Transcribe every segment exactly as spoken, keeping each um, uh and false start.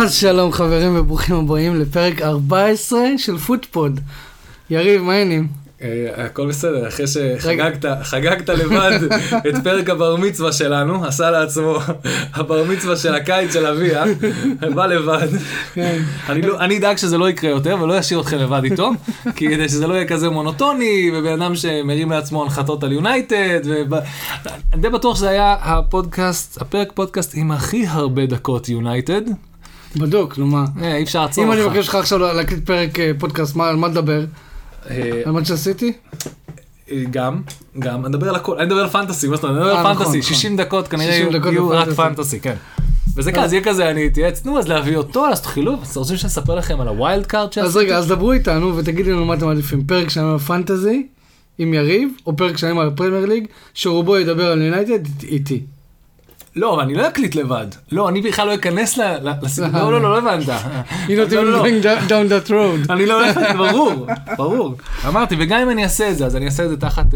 אז שלום חברים וברוכים הבאים לפרק ארבע עשרה של פוטפוד. יריב, מה העניינים? הכל בסדר, אחרי שחגגת לבד את פרק הבר מצווה שלנו, עשה לעצמו הבר מצווה של הקיץ של אביה, בא לבד. אני אדאג שזה לא יקרה יותר ולא ישאיר אתכם לבד איתו, כדי שזה לא יהיה כזה מונוטוני, ובן אדם שמרים לעצמו הנחתות על יונייטד, אני די בטוח שזה היה הפודקאסט, הפרק פודקאסט עם הכי הרבה דקות יונייטד. בדוק, כלומר. אי אפשר לעצור אם לך. אני מבקש לך עכשיו להקליט פרק פודקאסט, על מה לדבר? על מה שעשיתי? גם, גם, אני מדבר על הכל, אני מדבר על פנטסי, מה זאת אומרת, אני מדבר על פנטסי, שישים דקות כנראה יהיו רק פנטסי, כן. וזה כזה, יהיה כזה, אני אתייעץ, נו, אז להביא אותו, אז תחילו, אז רוצים שנספר לכם על הווילד קארד שעשיתי? אז רגע, אז דברו איתנו ותגידו לנו מה אתם מעדיפים, פרק שלנו על פנטסי עם יריב, או פרק שלנו על פרמייר ליג, שרובו ידבר על יונייטד איתי. לא, אבל אני לא אקליט לבד. לא, אני בכלל לא אכנס לסיפור. לא, לא, לא, לא הבנת. You're not even going down that road. אני לא הולך, ברור, ברור. אמרתי, וגם אם אני אעשה את זה, אז אני אעשה את זה תחת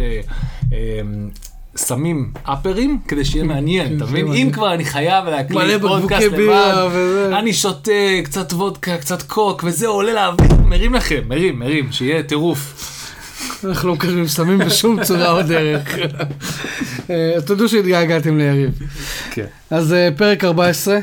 סמים אפרים, כדי שיהיה מעניין. אתה מבין? אם כבר אני חייב להקליט פודקאסט לבד, אני שותה קצת וודקה, קצת קוק, וזה עולה לאוויר, מרים לכם, מרים, מרים, שיהיה טירוף. אנחנו לא מקשרים סמים בשום צורה או דרך. תודו שהתגעגעתם ליריב. כן. אז פרק ארבע עשרה.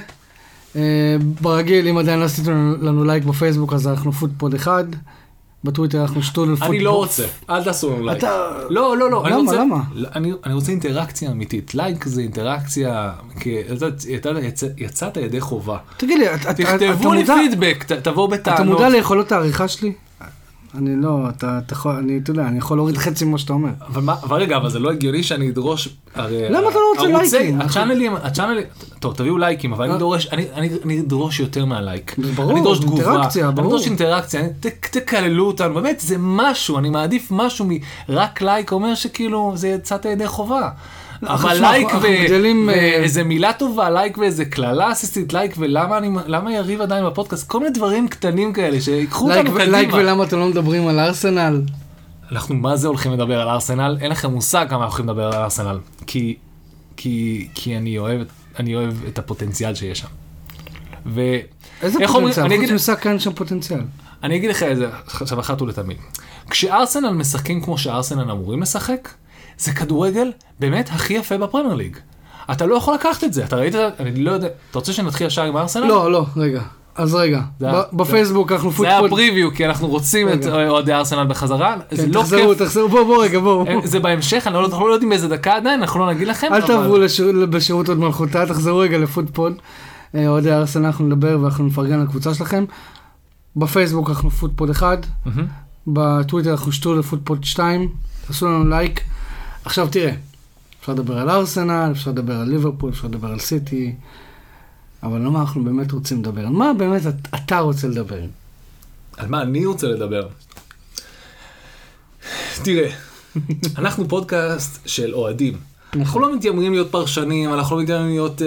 ברגיל, אם עדיין לא עשיתם לנו לייק בפייסבוק, אז אנחנו פוטפוד אחד. בטוויטר אנחנו שטודל פוטפוד. אני לא רוצה. אל תעשו לנו לייק. לא, לא, לא. למה, למה? אני רוצה אינטראקציה אמיתית. לייק זה אינטראקציה, כי יצאת ידי חובה. תגיד לי, תכתבו לי פידבק, תבואו בטענות. אתה מודע ליכולות העריכה שלי? אני לא, אתה יכול, אני, אתה יודע, אני יכול להוריד חצי ממה שאתה אומר. אבל רגע, אבל זה לא הגיוני שאני אדרוש, למה אתה לא רוצה לייקים? הצ'אנלים, הצ'אנלים, טוב, תביאו לייקים, אבל אני דורש, אני אדרוש יותר מהלייק. ברור, אני אדרוש תגובה, אינטראקציה, ברור. אני אדרוש אינטראקציה, תקללו אותנו, באמת, זה משהו, אני מעדיף משהו מרק לייק, אומר שכאילו, זה יצאת ידי חובה. אבל לייק ואיזה מילה טובה, לייק ואיזה כללה אסיסטית, לייק ולמה יריב עדיין בפודקאסט, כל מיני דברים קטנים כאלה שיקחו אותנו קדימה. לייק ולמה אתם לא מדברים על ארסנל? אנחנו מה זה הולכים לדבר על ארסנל? אין לכם מושג כמה אנחנו הולכים לדבר על ארסנל, כי אני אוהב את הפוטנציאל שיש שם. איזה פוטנציאל? חוץ משחק כאן שם פוטנציאל. אני אגיד לך איזה, עכשיו אחת ולתמיד. כשארסנל משחקים כמו שארסנל אמורים לשחק, זה כדורגל באמת הכי יפה בפרמייר ליג. אתה לא יכול לקחת את זה. אתה ראית, אני לא יודע, אתה רוצה שנתחיל השאר עם ארסנל? לא, לא, רגע. אז רגע. בפייסבוק אנחנו פוטפוד. זה היה פריוויו, כי אנחנו רוצים את אוהדי ארסנל בחזרה. תחזרו, תחזרו, בואו, בואו רגע, בואו. זה בהמשך, אנחנו לא יודעים באיזה דקה עדיין, אנחנו לא נגיד לכם. אל תעברו בשירות עוד מלכותה, תחזרו רגע לפוטפוד. אוהדי ארסנל אנחנו נדבר ואנחנו נפרגן לקבוצה שלכם. בפייסבוק אנחנו פוטפוד אחד. בטוויטר אנחנו שטודל פוטפוד שתיים. תעשו לנו לייק. עכשיו תראה, אפשר לדבר על ארסנל, אפשר לדבר על ליברפול, אפשר לדבר על סיטי, אבל לא מה אנחנו באמת רוצים לדבר. על מה באמת אתה רוצה לדבר? על מה אני רוצה לדבר? תראה, אנחנו פודקאסט של אוהדים. אנחנו לא מתיימרים להיות פרשנים, אנחנו לא מתיימרים להיות...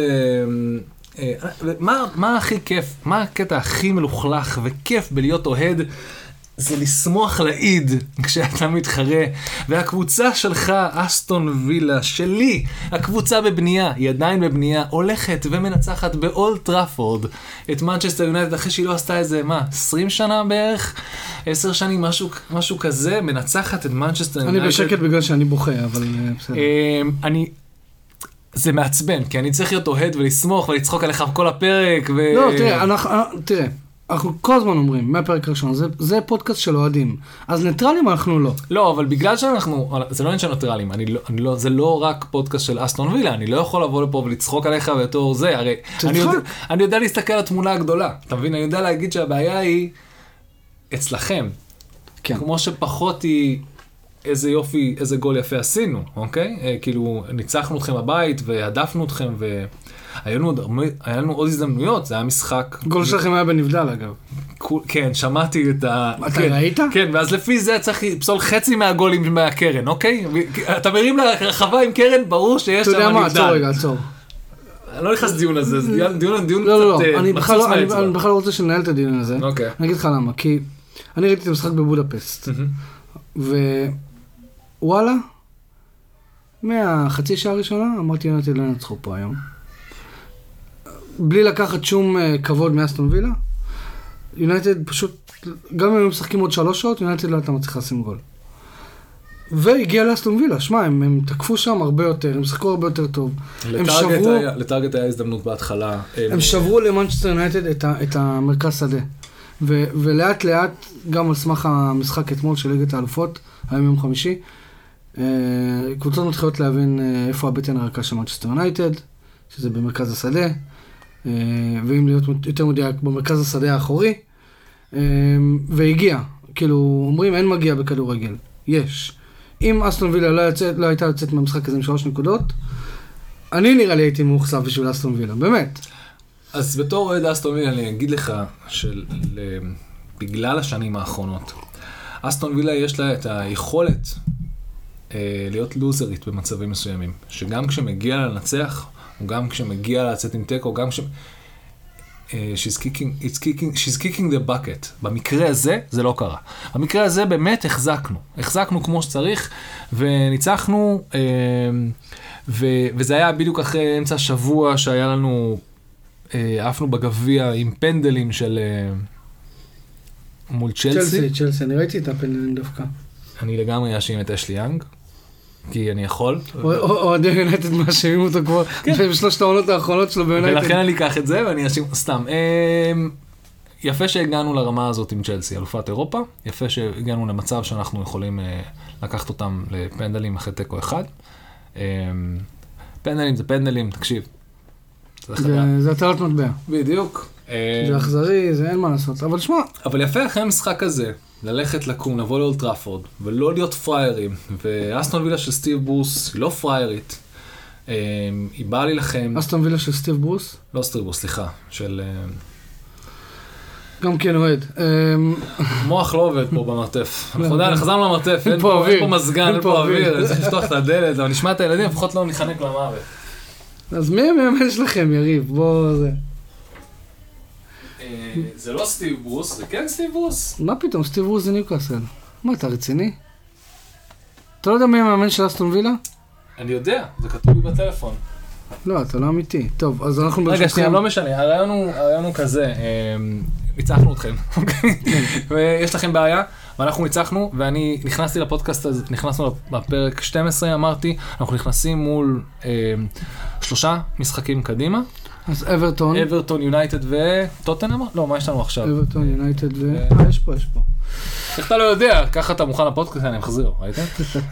מה הכי כיף, מה הקטע הכי מלוכלך וכיף בלהיות אוהד? זה לשמוח לעיד כשאתה מתחרה, והקבוצה שלך, אסטון וילה, שלי, הקבוצה בבנייה, היא עדיין בבנייה, הולכת ומנצחת באולד טראפורד את מנצ'סטר יונייטד, אחרי שהיא לא עשתה איזה, מה, עשרים שנה בערך? עשר שנים, משהו, משהו כזה, מנצחת את מנצ'סטר יונייטד. אני בשקט בגלל שאני בוכה, אבל בסדר. אני... זה מעצבן, כי אני צריך להיות אוהד ולשמוח ולצחוק עליך כל הפרק ו... לא, תראה, אנחנו, תראה. אנחנו כל הזמן אומרים, מהפרק הראשון, זה, זה פודקאסט של אוהדים. אז ניטרלים אנחנו לא. לא, אבל בגלל שאנחנו, זה לא עניין של ניטרלים, אני לא, אני לא, זה לא רק פודקאסט של אסטון וילה, אני לא יכול לבוא לפה ולצחוק עליך בתור זה, הרי אני יודע, אני יודע להסתכל על התמונה הגדולה, אתה מבין? אני יודע להגיד שהבעיה היא אצלכם. כן. כמו שפחות היא איזה יופי, איזה גול יפה עשינו, אוקיי? אה, כאילו, ניצחנו אתכם בבית והדפנו אתכם ו... היה לנו, היה לנו עוד הזדמנויות, זה היה משחק. גול שלכם היה בנבדל אגב. כן, שמעתי את ה... אתה ראית? כן, ואז לפי זה צריך לפסול חצי מהגולים מהקרן, אוקיי? אתה מרים לרחבה עם קרן, ברור שיש שם נבדל. אתה יודע מה, עצור רגע, עצור. אני לא נכנס לדיון הזה, זה דיון, דיון לא, לא, לא, אני בכלל לא רוצה שנהל את הדיון הזה. אוקיי. אני אגיד לך למה, כי אני ראיתי את המשחק בבודפסט, ווואלה, מהחצי שעה הראשונה אמרתי יונייטד לא ינצחו פה היום. בלי לקחת שום כבוד מאסטון וילה, יונייטד פשוט, גם אם הם משחקים עוד שלוש שעות, יונייטד לא הייתה מצליחה לשים גול. והגיע לאסטון וילה, שמע, הם, הם תקפו שם הרבה יותר, הם שחקו הרבה יותר טוב. לטארגט היה, לטארגט היה הזדמנות בהתחלה. הם, הם שברו למנצ'סטר יונייטד את, את המרכז שדה. ו, ולאט לאט, גם על סמך המשחק אתמול של ליגת האלופות, היום יום חמישי, קבוצות מתחילות להבין איפה הבטן הרכה של מנצ'סטר יונייטד, שזה במרכז השדה, ואם להיות יותר מדויק, במרכז השדה האחורי, והגיע, כאילו, אומרים אין מגיע בכדורגל, יש. אם אסטון וילה לא, יצא, לא הייתה יוצאת מהמשחק הזה עם שלוש נקודות, אני נראה לי הייתי מאוכזב בשביל אסטון וילה, באמת. אז בתור אוהד אסטון וילה אני אגיד לך שבגלל השנים האחרונות, אסטון וילה יש לה את היכולת אה, להיות לוזרית במצבים מסוימים, שגם כשמגיע לנצח, או גם כשמגיע לצאת עם טק, או גם כש... She's kicking, it's kicking, she's kicking the bucket. במקרה הזה, זה לא קרה. במקרה הזה באמת החזקנו. החזקנו כמו שצריך, וניצחנו, ו, וזה היה בדיוק אחרי אמצע השבוע שהיה לנו, עפנו בגביע עם פנדלים של מול צ'לסי. צ'לסי, צ'לסי, אני ראיתי את הפנדלים דווקא. אני לגמרי אשים את אשלי יאנג. כי אני יכול. או עדי יונייטד מאשימים אותו כבר בשלושת העונות האחרונות שלו ביונייטד. ולכן אני אקח את זה ואני אשים, סתם. יפה שהגענו לרמה הזאת עם צ'לסי, אלופת אירופה. יפה שהגענו למצב שאנחנו יכולים לקחת אותם לפנדלים אחרי תיקו אחד. פנדלים זה פנדלים, תקשיב. זה הטלת מטבע. בדיוק. זה אכזרי, זה אין מה לעשות. אבל שמע. אבל יפה אחרי המשחק הזה. ללכת לקום, לבוא לאולד טראפורד, ולא להיות פריירים, ואסטון וילה של סטיב ברוס היא לא פריירית, היא באה לי לכם... אסטון וילה של סטיב ברוס? לא סטיב ברוס, סליחה, של... גם כן אוהד. מוח לא עובד פה במרתף. אנחנו יודעים, חזרנו למרתף, אין פה מזגן, אין פה אוויר, צריך לפתוח את הדלת, אבל נשמע את הילדים, לפחות לא נחנק למוות. אז מי המאמן שלכם, יריב? בוא זה... זה לא סטיב ברוס, זה כן סטיב ברוס. מה פתאום, סטיב ברוס זה ניוקאסל. מה, אתה רציני? אתה לא יודע מי המאמן של אסטון וילה? אני יודע, זה כתוב לי בטלפון. לא, אתה לא אמיתי. טוב, אז אנחנו... רגע, שנייה, לא משנה, הרעיון הוא כזה, ניצחנו אתכם, ויש לכם בעיה, ואנחנו ניצחנו, ואני נכנסתי לפודקאסט הזה, נכנסנו לפרק שתים עשרה, אמרתי, אנחנו נכנסים מול שלושה משחקים קדימה, אז אברטון. אברטון, יונייטד וטוטנהאם? לא, מה יש לנו עכשיו? אברטון, יונייטד ו... אה, יש פה, יש פה. איך אתה לא יודע? ככה אתה מוכן לפודקאסט, אני מחזיר, ראיתם?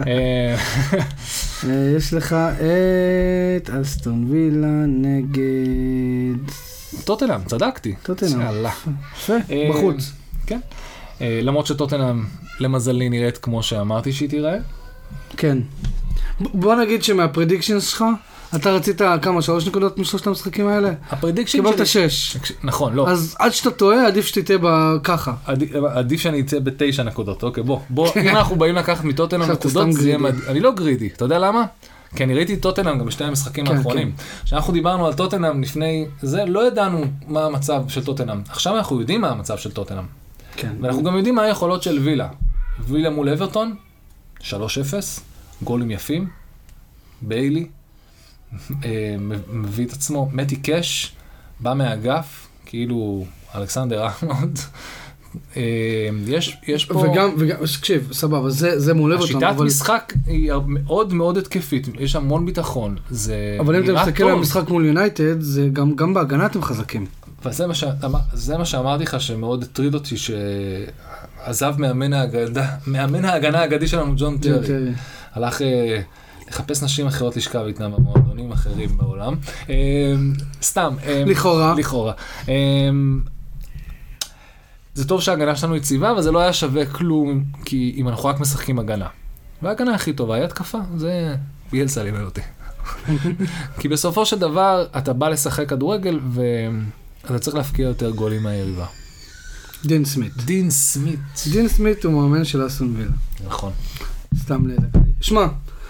יש לך את אסטון וילה נגד... טוטנהאם, צדקתי. טוטנהאם. יאללה. יפה, בחוץ. כן. למרות שטוטנהאם, למזלי, נראית כמו שאמרתי שהיא תיראה. כן. בוא נגיד שמהפרדיקשנס שלך, אתה רצית כמה, שלוש נקודות משלושת המשחקים האלה? הפרדיקשן שלי... קיבלת שש. נכון, לא. אז עד שאתה טועה, עדיף שתיתה ככה. עדיף שאני אצא בתשע נקודות, אוקיי, בוא. בוא, אם אנחנו באים לקחת מטוטנהאם נקודות, זה יהיה מדהים. אני לא גרידי, אתה יודע למה? כי אני ראיתי טוטנהאם גם בשתי המשחקים האחרונים. כשאנחנו דיברנו על טוטנהאם לפני זה, לא ידענו מה המצב של טוטנהאם. עכשיו אנחנו יודעים מה המצב של טוטנהאם. ואנחנו גם יודעים מה היכולות של וילה. וילה מול אברטון, שלוש אפס, גולים יפים, ביילי, מביא את עצמו, מתי קש, בא מהאגף, כאילו אלכסנדר ארנולד, יש, יש פה... וגם, וגם, תקשיב, סבבה, זה, זה מול אברטון, השיטת אבל... משחק היא מאוד מאוד התקפית, יש המון ביטחון, זה אבל אם אתה מסתכל על המשחק מול יונייטד, זה גם, גם בהגנה אתם חזקים. וזה מה, ש... זה מה שאמרתי לך, שמאוד הטריד אותי, שעזב מאמן ההגנה, מאמן ההגנה האגדי שלנו, ג'ון טרי. טרי. הלך לחפש נשים אחרות לשכב איתנם, המועדונים אחרים בעולם. סתם. לכאורה. לכאורה. זה טוב שההגנה שלנו יציבה, אבל זה לא היה שווה כלום, כי אם אנחנו רק משחקים הגנה. וההגנה הכי טובה היא התקפה, זה ביאלסה לימד אותי. כי בסופו של דבר, אתה בא לשחק כדורגל, ואתה צריך להפקיע יותר גולים מהיריבה. דין סמית. דין סמית. דין סמית הוא מאמן של אסטון וילה. נכון. סתם לידה. שמע,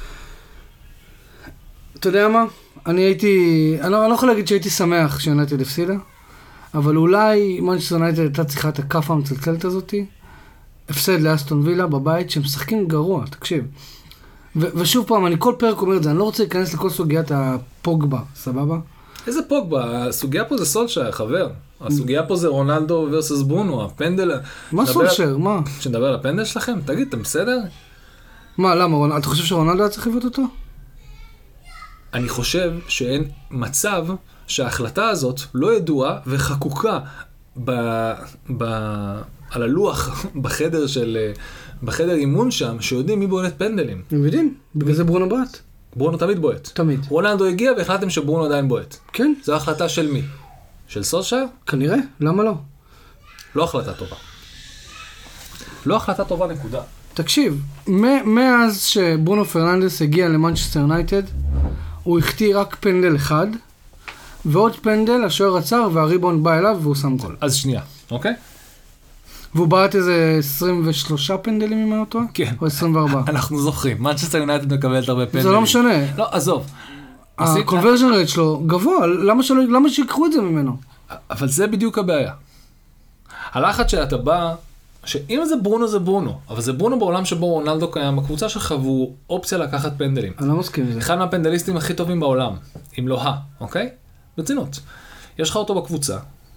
אתה יודע מה? אני הייתי, אני לא, אני לא יכול להגיד שהייתי שמח שיונייטד הפסידה, אבל אולי מנצ'סטר יונייטד הייתה צריכה את הכף המצלצלת הזאתי, הפסד לאסטון וילה בבית, שהם משחקים גרוע, תקשיב. ו- ושוב פעם, אני כל פרק אומר את זה, אני לא רוצה להיכנס לכל סוגיית הפוגבה, סבבה? איזה פוגבה? הסוגיה פה זה סולשר, חבר. הסוגיה פה זה רונלדו ורסס ברונו, הפנדל... מה סולשר? מה? כשנדבר על הפנדל שלכם, תגיד, אתם בסדר? מה, למה? אתה חושב שרונלדו היה צריך לבעוט אותו? אני חושב שאין מצב שההחלטה הזאת לא ידועה וחקוקה ב... ב... על הלוח בחדר של... בחדר אימון שם, שיודעים מי בועט פנדלים. הם יודעים, בגלל זה ברונו בועט. ברונו תמיד בועט. תמיד. רונלדו הגיע והחלטתם שברונו עדיין בועט. כן. זו החלטה של מי? של סולשר? כנראה, למה לא? לא החלטה טובה. לא החלטה טובה, נקודה. תקשיב, מאז שברונו פרננדס הגיע למנצ'סטר יונייטד, הוא החטיא רק פנדל אחד, ועוד פנדל, השוער עצר והריבון בא אליו והוא שם גול. אז שנייה, אוקיי? והוא בעט איזה עשרים ושלושה פנדלים ממנו אותו? כן. או עשרים וארבע? אנחנו זוכרים, מנצ'סטר יונייטד מקבלת הרבה פנדלים. זה לא משנה. לא, עזוב. ה-conversion rate שלו גבוה, למה שיקחו את זה ממנו? אבל זה בדיוק הבעיה. הלחץ שאתה בא, שאם זה ברונו זה ברונו, אבל זה ברונו בעולם שבו רונלדו קיים בקבוצה שלך, והוא אופציה לקחת פנדלים. אני לא מסכים עם זה. אחד מהפנדליסטים הכי טובים בעולם, אם לא ה, אוקיי? ברצינות. יש לך אותו בקבוצה,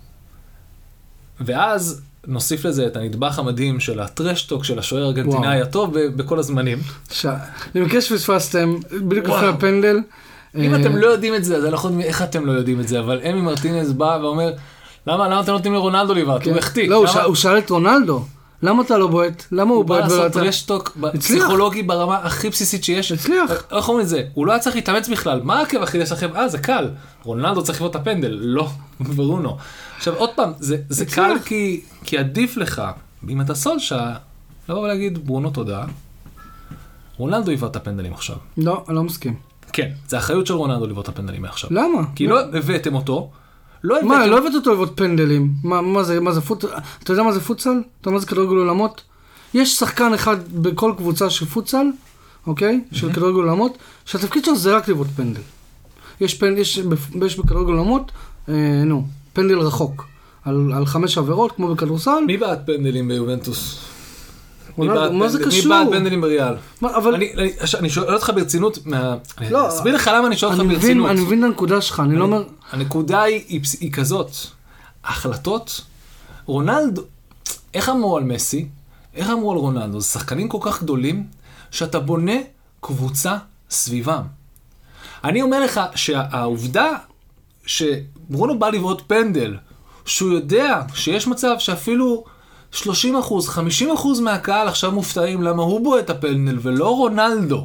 ואז נוסיף לזה את הנדבך המדהים של הטרשטוק של השוער הארגנטינאי הטוב בכל הזמנים. למקרה שפספסתם, בדיוק לפני הפנדל. אם אתם לא יודעים את זה, אז אני לא יודע איך אתם לא יודעים את זה, אבל אמי מרטינז בא ואומר, למה, למה אתם נותנים לרונלדו לבעוט? הוא החטיא. לא, הוא שאל את רונלדו, למה אתה לא בועט? למה הוא בועט? הוא בא לעשות טרשטוק פסיכולוגי ברמה הכי בסיסית שיש. הצליח. איך אומרים את זה? הוא לא היה צריך להתאמץ בכלל. מה העקב הכי שלכם? אה, זה קל. רונלדו צריך לבעוט את הפנדל. לא, ברונו. עכשיו, עוד פעם, זה קל כי עדיף לך, אם אתה סולשר, לבוא ולהגיד, ברונו תודה, רונלדו יבעט את הפנדלים עכשיו. לא, אני לא מסכים. כן, זה האחריות של רונלדו לבעוט את הפנדלים מעכשיו. למה? כי לא הבאתם אותו, לא הבאתם... מה, לא הבאת אותו לבעוט פנדלים? מה זה, מה זה פוטסל? אתה יודע מה זה פוטסל? אתה יודע מה זה כדורגל עולמות? יש שחקן אחד בכל קבוצה של פוטסל, אוקיי? של כדורגל עולמות, שהתפקיד שלו זה רק לבעוט פנדל. יש פנדל, יש, יש בכדורגל עולמות, אה, נו, פנדל רחוק. על, על חמש עבירות, כמו בכדורסל. מי בעט פנדלים ביובנטוס? מה זה קשור? מי בעט פנדלים בריאל? אבל... אני שואל אותך ברצינות, אסביר לך למה אני שואל אותך ברצינות. אני מבין את הנקודה שלך, אני לא אומר... הנקודה היא כזאת, החלטות, רונלדו, איך אמרו על מסי? איך אמרו על רונלדו? זה שחקנים כל כך גדולים, שאתה בונה קבוצה סביבם. אני אומר לך שהעובדה שברונו בא לבעוט פנדל, שהוא יודע שיש מצב שאפילו שלושים אחוז, חמישים אחוז מהקהל עכשיו מופתעים למה הוא בועט את הפנדל ולא רונלדו.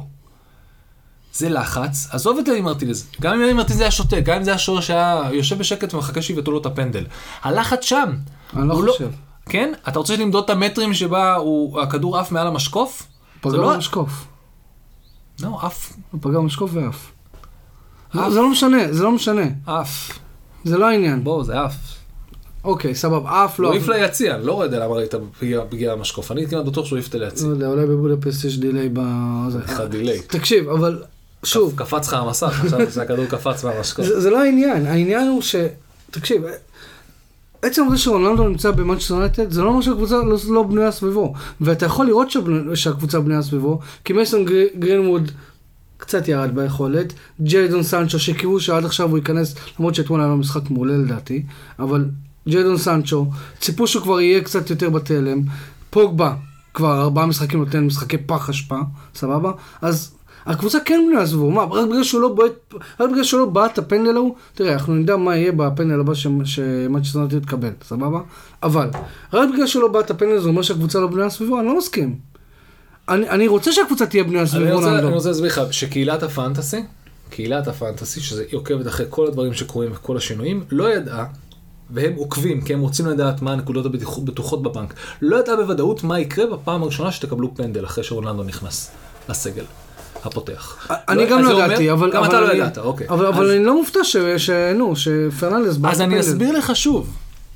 זה לחץ. עזוב את אלי מרטינז. גם אם אלי מרטינז היה שותק, גם אם זה היה שוער שהיה יושב בשקט ומחכה שיבעטו לו את הפנדל. הלחץ שם. אני לא חושב. לא... כן? אתה רוצה למדוד את המטרים שבה הוא... הכדור עף מעל המשקוף? פגע לא... במשקוף. לא, עף. הוא פגע במשקוף ועף. זה לא משנה, זה לא משנה. עף. זה לא העניין. בוא, זה עף. אוקיי, סבב, אף לא... הוא העיף ליציע, אני לא יודע למה ראית פגיעה במשקוף, אני כמעט בטוח שהוא העיף ליציע. לא יודע, אולי בבודפסט יש דילי ב... אחד דילי. תקשיב, אבל שוב... קפץ לך המסך, עכשיו שהכדור קפץ מהמשקוף. זה לא העניין, העניין הוא ש... תקשיב, עצם זה שרונלדו נמצא במנצ'סטר יונייטד, זה לא אומר שהקבוצה לא בנויה סביבו, ואתה יכול לראות שהקבוצה בנויה סביבו, כי מייסון גרינווד קצת ירד ביכולת, ג'יידון סנצ'ו שקיוו שעד עכשיו הוא ייכנס, למרות שאתמול היה לו משחק מעולה לדעתי, אבל ג'יידון סנצ'ו, ציפו שהוא כבר יהיה קצת יותר בתלם, פוגבה, כבר ארבעה משחקים נותן משחקי פח השפעה, סבבה? אז הקבוצה כן בנויה סביבו, מה, רק בגלל שהוא לא בועט, רק בגלל שהוא לא בעט את הפנדל ההוא, תראה, אנחנו נדע מה יהיה בפנדל הבא שמנצ'סטר יונייטד תקבל, סבבה? אבל, רק בגלל שהוא לא בעט את הפנדל, זה אומר שהקבוצה לא בנויה סביבו, אני לא מסכים. אני, אני רוצה שהקבוצה תהיה בנויה סביב רונלדו. אני רוצה להסביר לך שקהילת הפנטסי, קהילת הפנטסי, שזה עוקבת אחרי כל הדברים שקורים וכל השינויים, לא ידעה, והם עוקבים, כי הם רוצים לדעת מה הנקודות הבטוחות בבנק, לא ידעה בוודאות מה יקרה בפעם הראשונה שתקבלו פנדל אחרי שרונלדו נכנס לסגל הפותח. אני גם לא ידעתי, אבל... גם אתה לא ידעת, אוקיי. אבל אני לא מופתע שנו, שפרננדס בא... אז אני אסביר לך שוב.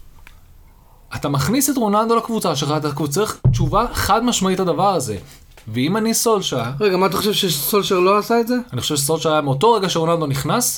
אתה מכניס את רונלדו לקבוצה שלך, אתה צריך תשובה חד משמעית הדבר הזה. ואם אני סולשר... רגע, מה אתה חושב שסולשר לא עשה את זה? אני חושב שסולשר היה מאותו רגע שרונלדו נכנס,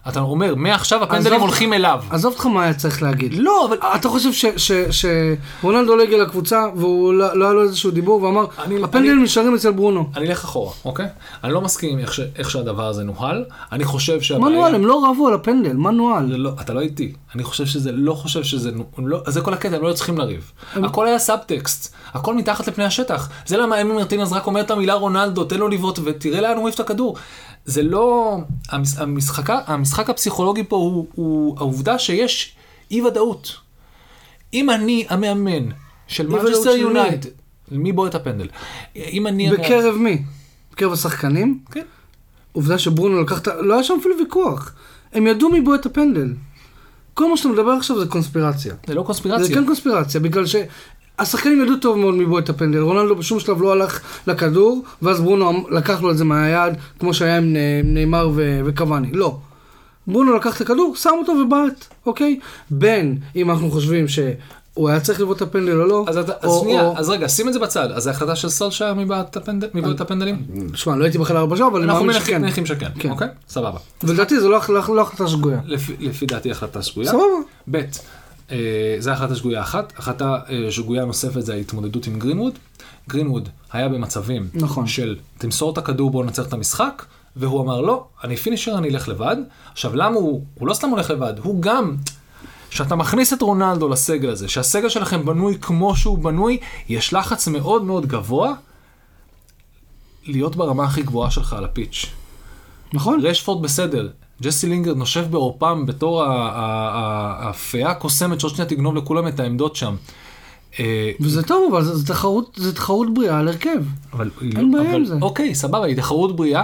אתה אומר, מעכשיו הפנדלים הולכים אליו. עזוב אותך מה היה צריך להגיד. לא, אבל... אתה חושב שרונלדו לא הגיע לקבוצה, והוא לא היה לו איזשהו דיבור, ואמר, הפנדלים נשארים אצל ברונו. אני אלך אחורה, אוקיי? אני לא מסכים איך שהדבר הזה נוהל. אני חושב שהבעיה... מה נוהל? הם לא רבו על הפנדל, מה נוהל? אתה לא איתי. אני חושב שזה, לא חושב שזה... זה כל הקטע, הם לא צריכים לריב. הכל היה סאבטקסט. הכל מתחת לפני השטח. זה למה אמי מרטינז רק אומר את המילה רונלדו, תן לו לבעוט ותראה לאן הוא מעיף את הכדור. זה לא, המשחק, המשחק הפסיכולוגי פה הוא, הוא העובדה שיש אי ודאות. אם אני המאמן של מנצ'סטר יונייטד, מי בועט הפנדל? אם אני בקרב מי? בקרב השחקנים? כן. עובדה שברונו לקח, לא היה שם אפילו ויכוח. הם ידעו מי בועט הפנדל. כל מה שאתה מדבר עכשיו זה קונספירציה. זה לא קונספירציה. זה כן קונספירציה, בגלל ש... השחקנים ידעו טוב מאוד מבוא את הפנדל, רונלדו בשום שלב לא הלך לכדור, ואז ברונו לקח לו את זה מהיד, כמו שהיה עם ניימר וקוואני. לא. ברונו לקח את הכדור, שם אותו ובעט, אוקיי? בין, אם אנחנו חושבים שהוא היה צריך לבוא את הפנדל או לא. אז, אז או, שנייה, או... אז רגע, שים את זה בצד. אז זה החלטה של סולשייר מבוא את הפנדל, מבוא את הפנדלים? שמע, לא הייתי בכלל ארבע שעה, אבל אנחנו מניחים שכן, כן. אוקיי? סבבה. ולדעתי זו לא, לא, לא החלטה שגויה. לפי, לפי דעתי החלטה שגויה. סבבה. בית. זה החלטה שגויה אחת. החלטה שגויה נוספת זה ההתמודדות עם גרינווד. גרינווד היה במצבים נכון. של תמסור את הכדור בו נצר את המשחק, והוא אמר לא, אני פינישר, אני אלך לבד. עכשיו למה הוא, הוא לא סתם הולך לבד, הוא גם, שאתה מכניס את רונלדו לסגל הזה, שהסגל שלכם בנוי כמו שהוא בנוי, יש לחץ מאוד מאוד גבוה להיות ברמה הכי גבוהה שלך על הפיץ'. נכון. רשפורד בסדר. ג'סי לינגרד נושב בעורפם בתור האפייה הקוסמת שעוד שנייה תגנוב לכולם את העמדות שם. וזה טוב, אבל זה תחרות, זה תחרות בריאה על הרכב. אין בעיה עם זה. אוקיי, סבבה, היא תחרות בריאה.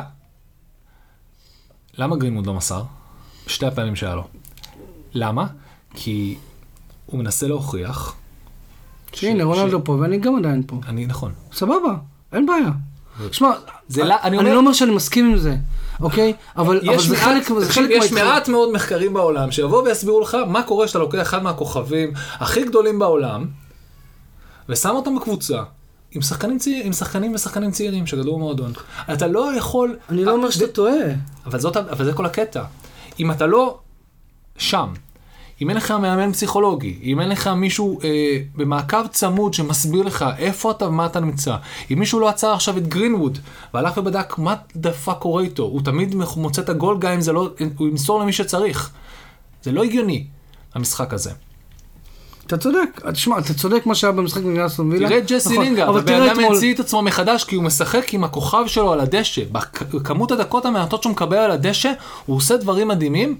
למה גרינווד לא מסר? שתי הפעמים שהיה לו. למה? כי הוא מנסה להוכיח. שהנה, רונלדו פה, ואני גם עדיין פה. אני, נכון. סבבה, אין בעיה. שמע, אני לא אומר שאני מסכים עם זה. אוקיי? אבל זה חלק מההתחלה. יש מעט מאוד מחקרים בעולם שיבואו ויסבירו לך מה קורה שאתה לוקח אחד מהכוכבים הכי גדולים בעולם ושם אותם בקבוצה עם שחקנים צעירים, עם שחקנים ושחקנים צעירים שגדלו במועדון. אתה לא יכול... אני לא אומר שאתה טועה. אבל זאת, אבל זה כל הקטע. אם אתה לא שם, אם אין לך מאמן פסיכולוגי, אם אין לך מישהו אה, במעקב צמוד שמסביר לך איפה אתה ומה אתה נמצא, אם מישהו לא עצר עכשיו את גרינווד והלך ובדק מה דפה קורה איתו, הוא תמיד מוצא את הגול גם אם זה לא, הוא ימסור למי שצריך. זה לא הגיוני, המשחק הזה. אתה צודק, תשמע, אתה צודק מה שהיה במשחק נגד אסטון וילה. תראה את ג'סי לינגרד, הבן אדם המציא את עצמו מחדש כי הוא משחק עם הכוכב שלו על הדשא. בכמות הדקות המעטות שהוא מקבל על הדשא, הוא עושה דברים מדהימים,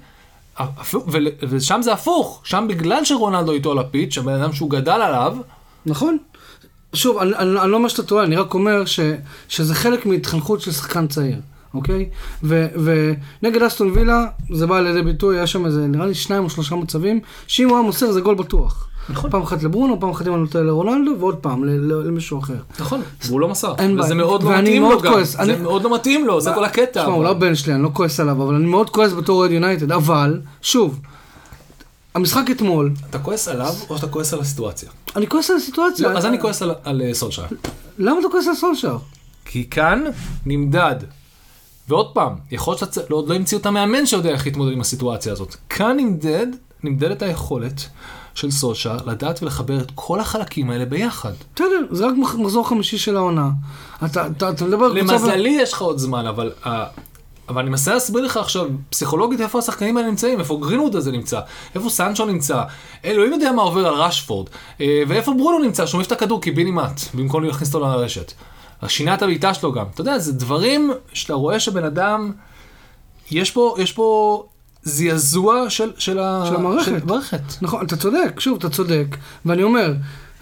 ושם זה הפוך, שם בגלל שרונלדו איתו על הפיץ', הבן אדם שהוא גדל עליו. נכון. שוב, אני, אני, אני לא אומר שאתה טועה, אני רק אומר ש, שזה חלק מהתחנכות של שחקן צעיר, אוקיי? ו, ונגד אסטון וילה, זה בא לידי ביטוי, היה שם איזה, נראה לי שניים או שלושה מצבים, שאם הוא היה מוסר זה גול בטוח. נכון. פעם אחת לברונו, פעם אחת אם אני נותן לרונלדו, ועוד פעם למישהו אחר. נכון, והוא לא מסר. וזה מאוד לא מתאים לו גם. זה מאוד לא מתאים לו, זה כל הקטע. תשמע, הוא לא בן שלי, אני לא כועס עליו, אבל אני מאוד כועס בתור אוהד יונייטד, אבל, שוב, המשחק אתמול... אתה כועס עליו או שאתה כועס על הסיטואציה? אני כועס על הסיטואציה. אז אני כועס על סולשייר. למה אתה כועס על סולשייר? כי כאן נמדד. ועוד פעם, יכול להיות שעוד לא המציאו את המאמן שיודע איך להתמודד עם הסיטואציה הזאת. כאן נמדד, נמדדת היכולת של סולשייר לדעת ולחבר את כל החלקים האלה ביחד. בסדר, זה רק מחזור חמישי של העונה. אתה, אתה, אתה מדבר... למזלי יש לך עוד זמן, אבל, אבל אני מנסה להסביר לך עכשיו, פסיכולוגית איפה השחקנים האלה נמצאים, איפה גרינווד הזה נמצא, איפה סנצ'ו נמצא, אלוהים יודע מה עובר על רשפורד, ואיפה ברונו נמצא, שהוא מעיף את הכדור קיבינימט, במקום להכניס אותו לרשת. שינה את הביתה שלו גם. אתה יודע, זה דברים שאתה רואה שבן אדם, יש פה, יש פה זעזוע של, של, ה... של המערכת. של המערכת. נכון, אתה צודק, שוב, אתה צודק. ואני אומר,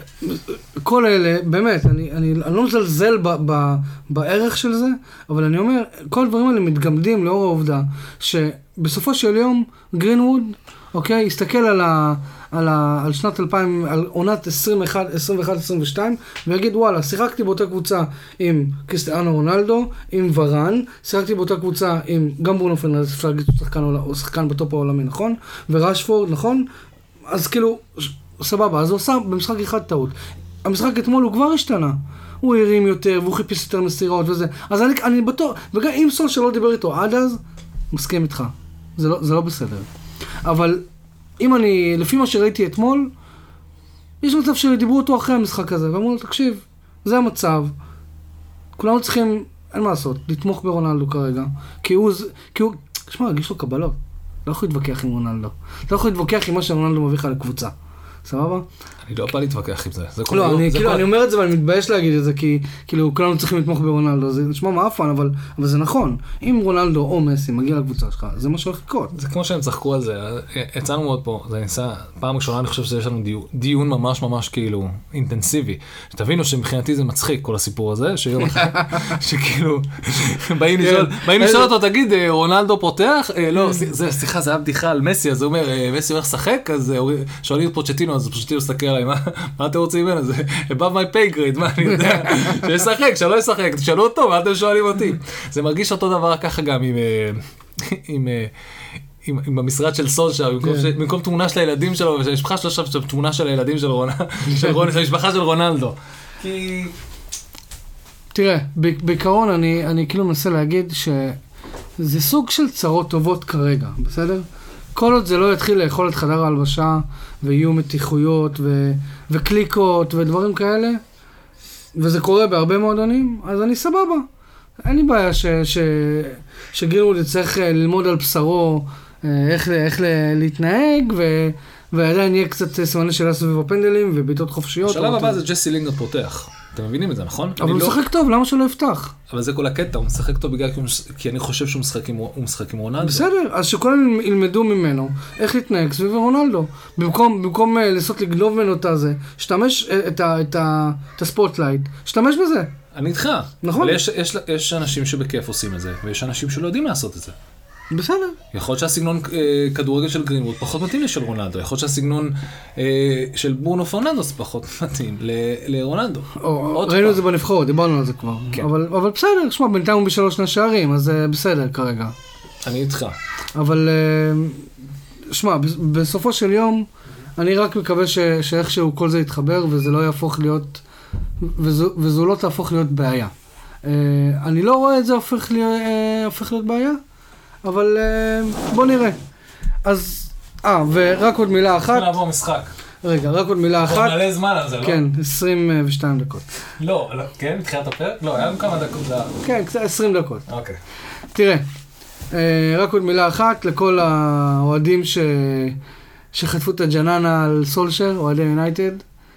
כל אלה, באמת, אני, אני, אני לא מזלזל ב, ב, בערך של זה, אבל אני אומר, כל הדברים האלה מתגמדים לאור העובדה, שבסופו של יום, גרינווד, אוקיי, הסתכל על ה... על, ה, על שנת אלפיים, על עונת עשרים ואחת עשרים ושתיים, ויגיד, וואלה, שיחקתי באותה קבוצה עם קריסטיאנו רונלדו, עם ורן, שיחקתי באותה קבוצה עם גם ברונו פרננדס, אפשר להגיד שחקן, או שחקן בטופ העולמי, נכון? ורשפורד, נכון? אז כאילו, סבבה, אז הוא עושה במשחק אחד טעות. המשחק אתמול הוא כבר השתנה. הוא הרים יותר, והוא חיפש יותר מסירות וזה. אז אני, אני בטוח, וגם אם סולשייר לא דיבר איתו עד אז, מסכים איתך. זה לא, זה לא בסדר. אבל אם אני, לפי מה שראיתי אתמול, יש מצב שדיברו אותו אחרי המשחק הזה, ואמרו לו, תקשיב, זה המצב. כולנו צריכים, אין מה לעשות, לתמוך ברונלדו כרגע. כי הוא, כי הוא, תשמע, הרגיש לו קבלות. לא יכול להתווכח עם רונלדו. לא יכול להתווכח עם מה שרונלדו מביא לך לקבוצה. סבבה? אני לא בא להתווכח עם זה. לא, אני אומר את זה ואני מתבייש להגיד את זה, כי כאילו כולנו צריכים לתמוך ברונלדו, זה נשמע מאפן, אבל זה נכון. אם רונלדו או מסי מגיע לקבוצה שלך, זה מה שהולך לקרות. זה כמו שהם צחקו על זה, יצאנו מאוד פה, זה ניסה, פעם ראשונה אני חושב שיש לנו דיון ממש ממש כאילו אינטנסיבי. שתבינו שמבחינתי זה מצחיק כל הסיפור הזה, שיום אחד, שכאילו, באים לשאול אותו, תגיד, רונלדו פותח? לא, סליחה, זה היה בדיחה על מסי, אז הוא אומר, מסי הולך לשחק, אז שואלים את פוצ'טינו, אז פוצ'טינו מסתכל עליי, מה אתם רוצים ממנו? זה above my pay grade, מה אני יודע? שישחק, שלא ישחק, תשאלו אותו, מה אתם שואלים אותי? זה מרגיש אותו דבר ככה גם עם המשרד של סולשר, במקום תמונה של הילדים שלו, ושהמשפחה שלו שם תמונה של הילדים של המשפחה של רונלדו. תראה, בעיקרון אני כאילו מנסה להגיד שזה סוג של צרות טובות כרגע, בסדר? כל עוד זה לא יתחיל לאכול את חדר ההלבשה, ויהיו מתיחויות ו- וקליקות ודברים כאלה, וזה קורה בהרבה מועדונים, אז אני סבבה. אין לי בעיה ש- ש- שגירוד צריך ללמוד על בשרו איך, איך להתנהג, ו- ועדיין יהיה קצת סימני שאלה סביב הפנדלים וביתות חופשיות. השלב הבא זה ג'סי לינגרד פותח. אתם מבינים את זה, נכון? אבל הוא משחק טוב, למה שלא יפתח? אבל זה כל הקטע, הוא משחק טוב בגלל כי אני חושב שהוא משחק עם רונלדו. בסדר, אז שכולם ילמדו ממנו איך להתנהג סביב רונלדו. במקום לנסות לגנוב ממנו את הזה, שתמש את הספוטלייט, שתמש בזה. אני איתך. נכון. אבל יש אנשים שבכיף עושים את זה, ויש אנשים שלא יודעים לעשות את זה. בסדר. יכול להיות שהסגנון כדורגל של גרינווד פחות מתאים לשל רונלדו, יכול להיות שהסגנון של ברונו פרננדוס פחות מתאים לרונלדו. ראינו את זה בנבחרות, דיברנו על זה כבר. אבל בסדר, שמע, בינתיים הוא בשלוש שני שערים, אז בסדר כרגע. אני איתך. אבל, שמע, בסופו של יום, אני רק מקווה שאיכשהו כל זה יתחבר, וזה לא יהפוך להיות, וזו לא תהפוך להיות בעיה. אני לא רואה את זה הופך להיות בעיה, אבל בוא נראה. אז, אה, ורק עוד מילה אחת. צריכים לעבור משחק. רגע, רק עוד מילה אחת. עוד מלא זמן על זה, לא? כן, עשרים ושתיים דקות. לא, כן, מתחילת הפרק? לא, היה לנו כמה דקות. כן, קצת עשרים דקות. אוקיי. תראה, רק עוד מילה אחת לכל האוהדים ש... שחטפו את הג'ננה על סולשר, אוהדי יונייטד.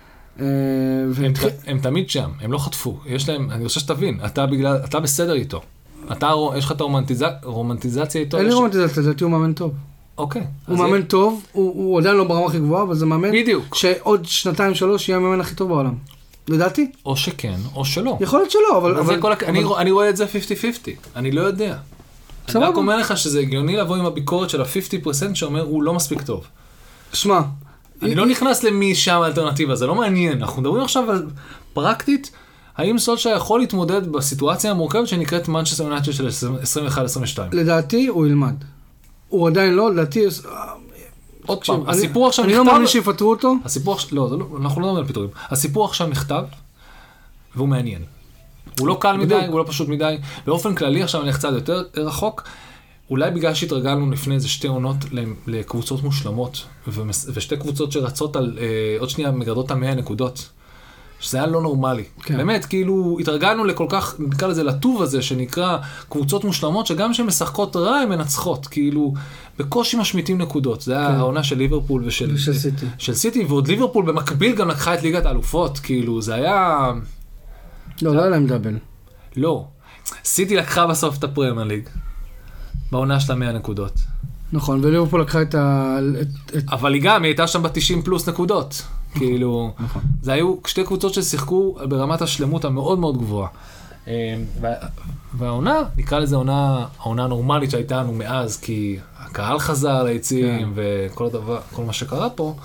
הם תמיד שם, הם לא חטפו. יש להם, אני רוצה שתבין, אתה בגלל, אתה בסדר איתו. אתה, יש לך את הרומנטיזציה איתו? אין לי רומנטיזציה, לדעתי הוא מאמן טוב. אוקיי. הוא מאמן טוב, הוא עדיין לא ברמה הכי גבוהה, אבל זה מאמן בדיוק. שעוד שנתיים שלוש יהיה המאמן הכי טוב בעולם. לדעתי. או שכן, או שלא. יכול להיות שלא, אבל... אני רואה את זה חמישים חמישים, אני לא יודע. אני רק אומר לך שזה הגיוני לבוא עם הביקורת של ה-חמישים אחוז שאומר הוא לא מספיק טוב. שמע. אני לא נכנס למי שם האלטרנטיבה, זה לא מעניין. אנחנו מדברים עכשיו על פרקטית, האם סולשר יכול להתמודד בסיטואציה המורכבת שנקראת מנצ'סטר יונייטד של עשרים ואחת עשרים ושתיים? לדעתי הוא ילמד. הוא עדיין לא, לדעתי... עוד פעם, הסיפור עכשיו נכתב... אני לא מאמין שיפטרו אותו. הסיפור... לא, אנחנו לא מדברים על פיטורים. הסיפור עכשיו נכתב, והוא מעניין. הוא לא קל מדי, הוא לא פשוט מדי. באופן כללי, עכשיו אני קצת יותר רחוק, אולי בגלל שהתרגלנו לפני איזה שתי עונות לקבוצות מושלמות, ושתי קבוצות שרצות על עוד שנייה מגרדות המאה נקודות. שזה היה לא נורמלי. כן. באמת, כאילו, התרגלנו לכל כך, נקרא לזה, לטוב הזה, שנקרא קבוצות מושלמות, שגם שהן משחקות רע, הן מנצחות. כאילו, בקושי משמיטים נקודות. זה היה כן. העונה של ליברפול ושל... ושל סיטי. של סיטי, ועוד ליברפול במקביל גם לקחה את ליגת האלופות. כאילו, זה היה... לא, לא היה להם דאבל. לא. סיטי לקחה בסוף את הפרמייר ליג. בעונה של המאה נקודות. נכון, וליברפול לקחה את ה... אבל היא גם, היא הייתה שם ב-תשעים פלוס נקודות. כאילו, זה היו שתי קבוצות ששיחקו ברמת השלמות המאוד מאוד גבוהה. והעונה, נקרא לזה העונה, העונה הנורמלית שהייתה לנו מאז, כי הקהל חזר ליציעים וכל הדבר, כל מה שקרה פה,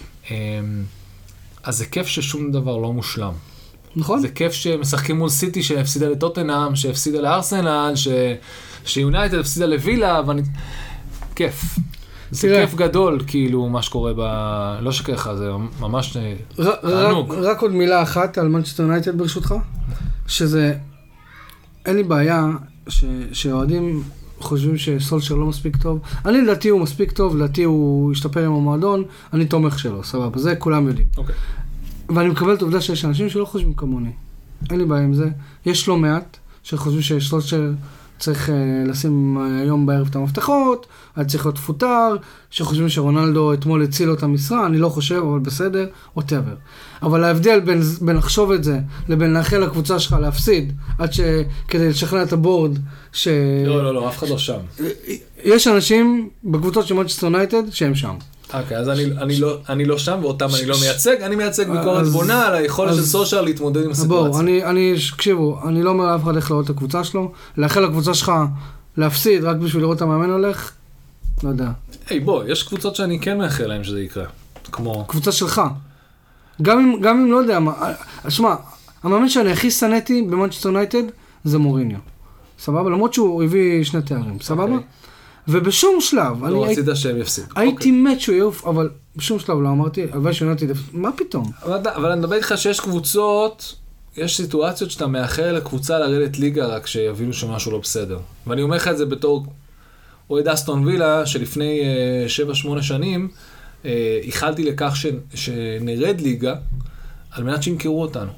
אז זה כיף ששום דבר לא מושלם. נכון. זה כיף שמשחקים מול סיטי שהפסידה לטוטנהאם, שהפסידה לארסנל, שיונייטד הפסידה לווילה, ואני... כיף. זה כיף גדול, כאילו, מה שקורה ב... לא שככה, זה ממש תענוג. רק עוד מילה אחת על מנצ'סטר יונייטד ברשותך, שזה... אין לי בעיה שאוהדים חושבים שסולשר לא מספיק טוב. אני לדעתי הוא מספיק טוב, לדעתי הוא ישתפר עם המועדון, אני תומך שלו, סבבה, זה כולם יודעים. אוקיי. ואני מקבל את העובדה שיש אנשים שלא חושבים כמוני. אין לי בעיה עם זה. יש לא מעט שחושבים שסולשר צריך uh, לשים uh, היום בערב את המפתחות, היה צריך להיות פוטר, שחושבים שרונלדו אתמול הציל אותה משרה, אני לא חושב, אבל בסדר, whatever. אבל ההבדל בין, בין לחשוב את זה, לבין לאחל לקבוצה שלך להפסיד, עד ש... כדי לשכנע את הבורד, ש... לא, לא, לא, אף אחד לא שם. יש אנשים בקבוצות של מנצ'סטר יונייטד שהם שם. אוקיי, אז אני, אני, לא, אני לא שם, ואותם אני לא מייצג, אני מייצג ביקורת בונה על היכולת של סולשר להתמודד עם הסיטואציה. בואו, אני, אני, קשיבו, אני לא אומר לאף אחד איך לראות את הקבוצה שלו, לאחל לקבוצה שלך להפסיד רק בשביל לראות את המאמן הולך, לא יודע. היי, בוא, יש קבוצות שאני כן מאחל להם שזה יקרה, כמו... קבוצה שלך. גם אם, גם אם לא יודע, שמע, המאמן שאני הכי שנאתי במנצ'סטר יונייטד זה מוריניו. סבבה? למרות שהוא הביא שני תארים, סבבה? ובשום שלב, לא רצית שהם יפסיד. הייתי מת שהוא יעוף, אבל בשום שלב לא אמרתי, אבל שיונתי, מה פתאום? אבל אני מדבר איתך שיש קבוצות, יש סיטואציות שאתה מאחר לקבוצה לרדת ליגה רק שיבינו שמשהו לא בסדר. ואני אומר לך את זה בתור אוהד אסטון וילה, שלפני שבע שמונה שנים, איחלתי לכך שנרד ליגה, על מנת שימכרו אותנו.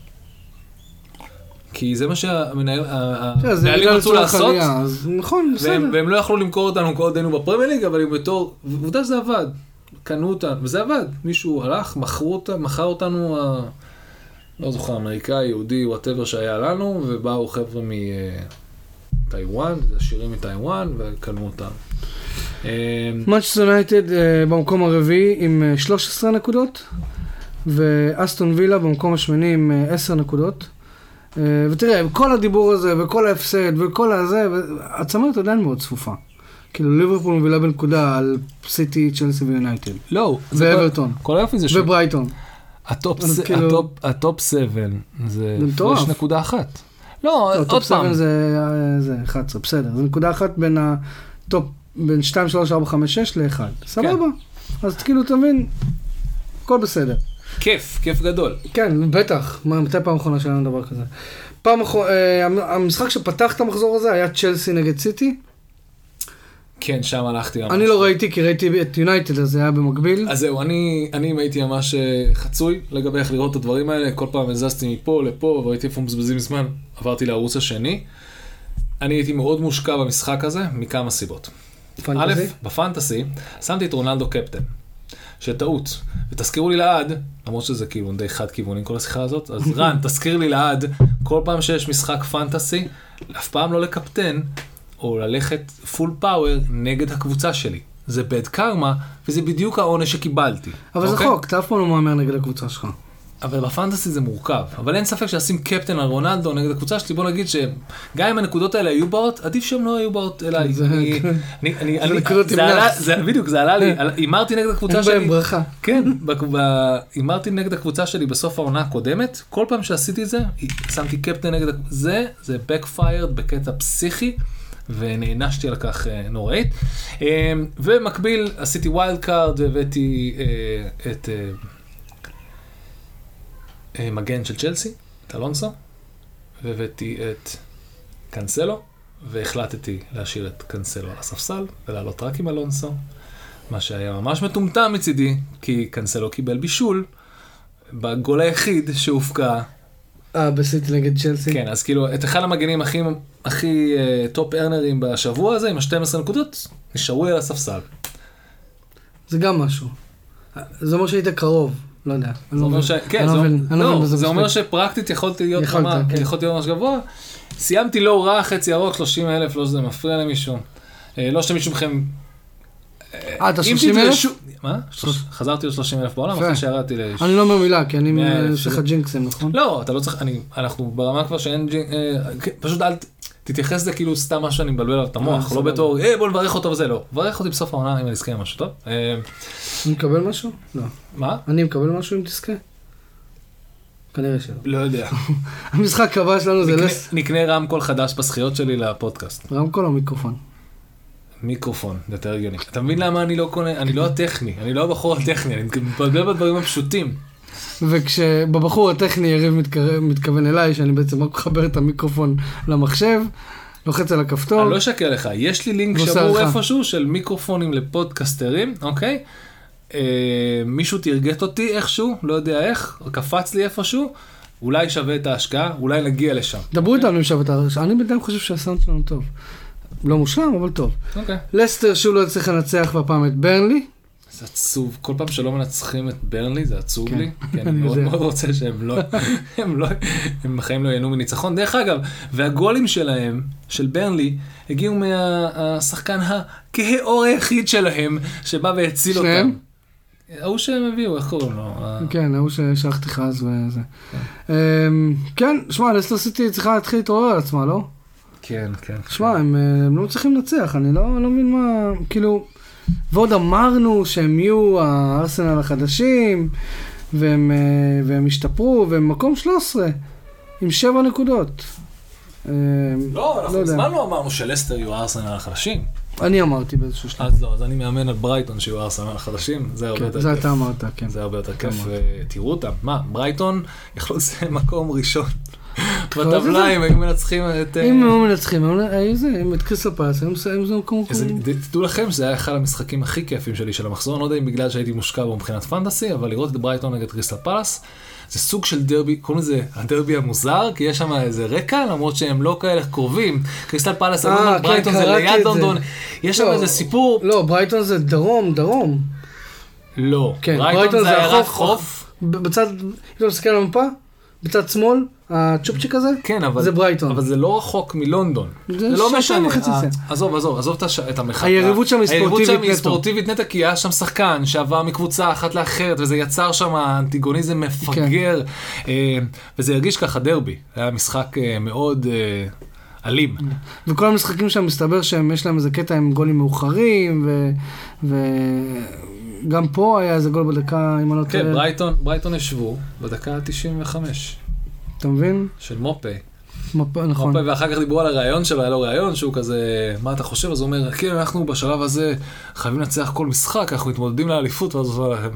כי זה מה שהמנהלים רצו לעשות, והם לא יכלו למכור אותנו כל דנו בפרמייר ליג, אבל בתור, ועובדה שזה עבד, קנו אותנו, וזה עבד, מישהו הלך, מכר אותנו, לא זוכר, אמריקאי, יהודי, whatever שהיה לנו, ובאו חבר'ה מטיואן, זה עשירים מטיואן, וקנו אותנו. מנצ'סטר יונייטד במקום הרביעי עם שלוש עשרה נקודות, ואסטון וילה במקום השמיני עם עשר נקודות. ותראה, כל הדיבור הזה, וכל ההפסד, וכל הזה, הצמרת עדיין מאוד צפופה. כאילו, ליברפול מובילה בנקודה על סיטי, צ'לסי ויונייטד. לא. ואברטון. כל היופי זה ש... וברייטון. הטופ סבן זה יש נקודה אחת. לא, עוד פעם. הטופ סבן זה אחת עשרה, בסדר. זה נקודה אחת בין הטופ, בין שתיים, שלוש, ארבע, חמש, שש ל-אחד. סבבה. אז כאילו, תבין, הכל בסדר. כיף, כיף גדול. כן, בטח. מתי פעם אחרונה שלנו דבר כזה? פעם אחרונה, המשחק שפתח את המחזור הזה היה צ'לסי נגד סיטי. כן, שם הלכתי ממש. אני לא ראיתי, כי ראיתי את יונייטד, אז זה היה במקביל. אז זהו, אני, אני הייתי ממש חצוי לגבי איך לראות את הדברים האלה. כל פעם הזזתי מפה לפה, והייתי איפה מבזבזים זמן. עברתי לערוץ השני. אני הייתי מאוד מושקע במשחק הזה, מכמה סיבות. א', בפנטסי, שמתי את רונלדו קפטן. שטעות. ותזכירו לי לעד, למרות שזה כאילו די חד כיוונים כל השיחה הזאת, אז רן, תזכיר לי לעד, כל פעם שיש משחק פנטסי, אף פעם לא לקפטן, או ללכת פול פאוור נגד הקבוצה שלי. זה בד קרמה, וזה בדיוק העונש שקיבלתי. אבל זה חוק, אתה אף פעם לא מאמר נגד הקבוצה שלך. אבל בפנטסי זה מורכב. אבל אין ספק שעשים קפטן על רונלדו נגד הקבוצה שלי, בוא נגיד שגם אם הנקודות האלה היו באות, עדיף שהם לא היו באות אליי. זה נקודות עם נפס. בדיוק, זה עלה לי. אימרתי נגד הקבוצה שלי. אין בהם ברכה. כן, אימרתי נגד הקבוצה שלי בסוף העונה הקודמת. כל פעם שעשיתי את זה, שמתי קפטן נגד זה, זה backfired בקטע פסיכי, ונענשתי על כך נוראית. ומקביל, עשיתי ווילד קארד, והבאתי את... מגן של צ'לסי, את אלונסו, והבאתי את קנסלו, והחלטתי להשאיר את קנסלו על הספסל, ולעלות רק עם אלונסו, מה שהיה ממש מטומטם מצידי, כי קנסלו קיבל בישול, בגול היחיד שהופקע. אה, בסיטי נגד צ'לסי. כן, אז כאילו, את אחד המגנים הכי, הכי uh, טופ ארנרים בשבוע הזה, עם ה-שתים עשרה נקודות, נשארו לי על הספסל. זה גם משהו. זה אומר שהיית קרוב. לא יודע. זה אומר ש... כן, זה אומר שפרקטית יכולתי להיות ממש גבוה. סיימתי לא רע, חצי ירוק, שלושים אלף, לא שזה מפריע למישהו. לא שמישהו מכם... אה, אתה שלושים אלף? מה? חזרתי ל-שלושים אלף בעולם, אחרי שירדתי ל... אני לא אומר מילה, כי אני צריך ג'ינקסים, נכון? לא, אתה לא צריך... אנחנו ברמה כבר שאין ג'ינקס... פשוט אל... תתייחס זה כאילו סתם מה שאני מבלבל על את המוח, לא בתור, אה בוא נברך אותו וזה, לא. ברך אותי בסוף העונה אם אני אזכה משהו טוב. אני מקבל משהו? לא. מה? אני מקבל משהו אם תזכה? כנראה שלא. לא יודע. המשחק הבא שלנו זה לס... נקנה רמקול חדש בשכיות שלי לפודקאסט. רמקול או מיקרופון? מיקרופון, זה יותר הגיוני. אתה מבין למה אני לא קונה? אני לא הטכני, אני לא הבחור הטכני, אני מבלבל בדברים הפשוטים. וכשבבחור הטכני יריב מתכוון אליי, שאני בעצם רק מחבר את המיקרופון למחשב, לוחץ על הכפתור. אני לא אשקר לך, יש לי לינק שמור איפשהו של מיקרופונים לפודקסטרים, אוקיי? מישהו תרגט אותי איכשהו, לא יודע איך, קפץ לי איפשהו, אולי שווה את ההשקעה, אולי נגיע לשם. דברו איתנו אם שווה את ההשקעה, אני בינתיים חושב שהסאונד שלנו טוב. לא מושלם, אבל טוב. לסטר שוב לא צריך לנצח בפעם את ברנלי. זה עצוב, כל פעם שלא מנצחים את ברנלי, זה עצוב לי, כי אני מאוד מאוד רוצה שהם לא, הם לא, הם בחיים לא ייהנו מניצחון. דרך אגב, והגולים שלהם, של ברנלי, הגיעו מהשחקן הכהאור היחיד שלהם, שבא והציל אותם. ההוא שהם הביאו, איך קוראים לו? כן, ההוא ששלחתי לך אז וזה. כן, שמע, לסטר סיטי צריכה להתחיל להתעורר על עצמה, לא? כן, כן. שמע, הם לא צריכים לנצח, אני לא מבין מה, כאילו, ועוד אמרנו שהם יהיו הארסנל החדשים, והם השתפרו, והם מקום שלוש עשרה, עם שבע נקודות. לא, אנחנו בזמן לא אמרנו שלסטר יהיו הארסנל החדשים. אני אמרתי באיזשהו שלב. אז לא, אז אני מאמן על ברייטון שיהיו הארסנל החדשים, זה הרבה יותר כיף. זה אתה אמרת, כן. זה הרבה יותר כיף, תראו אותם. מה, ברייטון יכלו לזה מקום ראשון. בטבלה הם היו מנצחים את... אם הם מנצחים, הם את קריסטל פלאס, הם זה מקום... תדעו לכם שזה היה אחד המשחקים הכי כיפים שלי של המחזור, אני לא יודע אם בגלל שהייתי מושקע בו מבחינת פנטסי, אבל לראות את ברייטון נגד קריסטל פלאס, זה סוג של דרבי, קוראים לזה הדרבי המוזר, כי יש שם איזה רקע, למרות שהם לא כאלה קרובים. קריסטל פלאס, ברייטון זה ליד לונדון, יש שם איזה סיפור... לא, ברייטון זה דרום, דרום. לא, ברייטון זה רק חוף. בצד, אם אתה מסתכל על המפה, בצד שמאל, הצ'ופצ'יק הזה, כן, אבל, זה ברייטון. אבל זה לא רחוק מלונדון. זה, זה לא משנה. עזוב, עזוב, עזוב את המחקה. היריבות שם היא ספורטיבית נטו. היריבות שם היא ספורטיבית נטו, כי היה שם שחקן שעבר מקבוצה אחת לאחרת, וזה יצר שם אנטיגוניזם מפגר, כן. וזה הרגיש ככה דרבי. היה משחק מאוד אלים. וכל המשחקים שם מסתבר שיש להם איזה קטע עם גולים מאוחרים, ו... ו... גם פה היה איזה גול בדקה, אם אני לא טועה. כן, ברייטון, ברייטון ישבו בדקה תשעים וחמש. אתה מבין? של מופה. מופה, נכון. מופה, ואחר כך דיברו על הרעיון שלו, היה לו רעיון שהוא כזה, מה אתה חושב? אז הוא אומר, כן, אנחנו בשלב הזה חייבים לנצח כל משחק, אנחנו מתמודדים לאליפות, ואז הוא אומר לכם,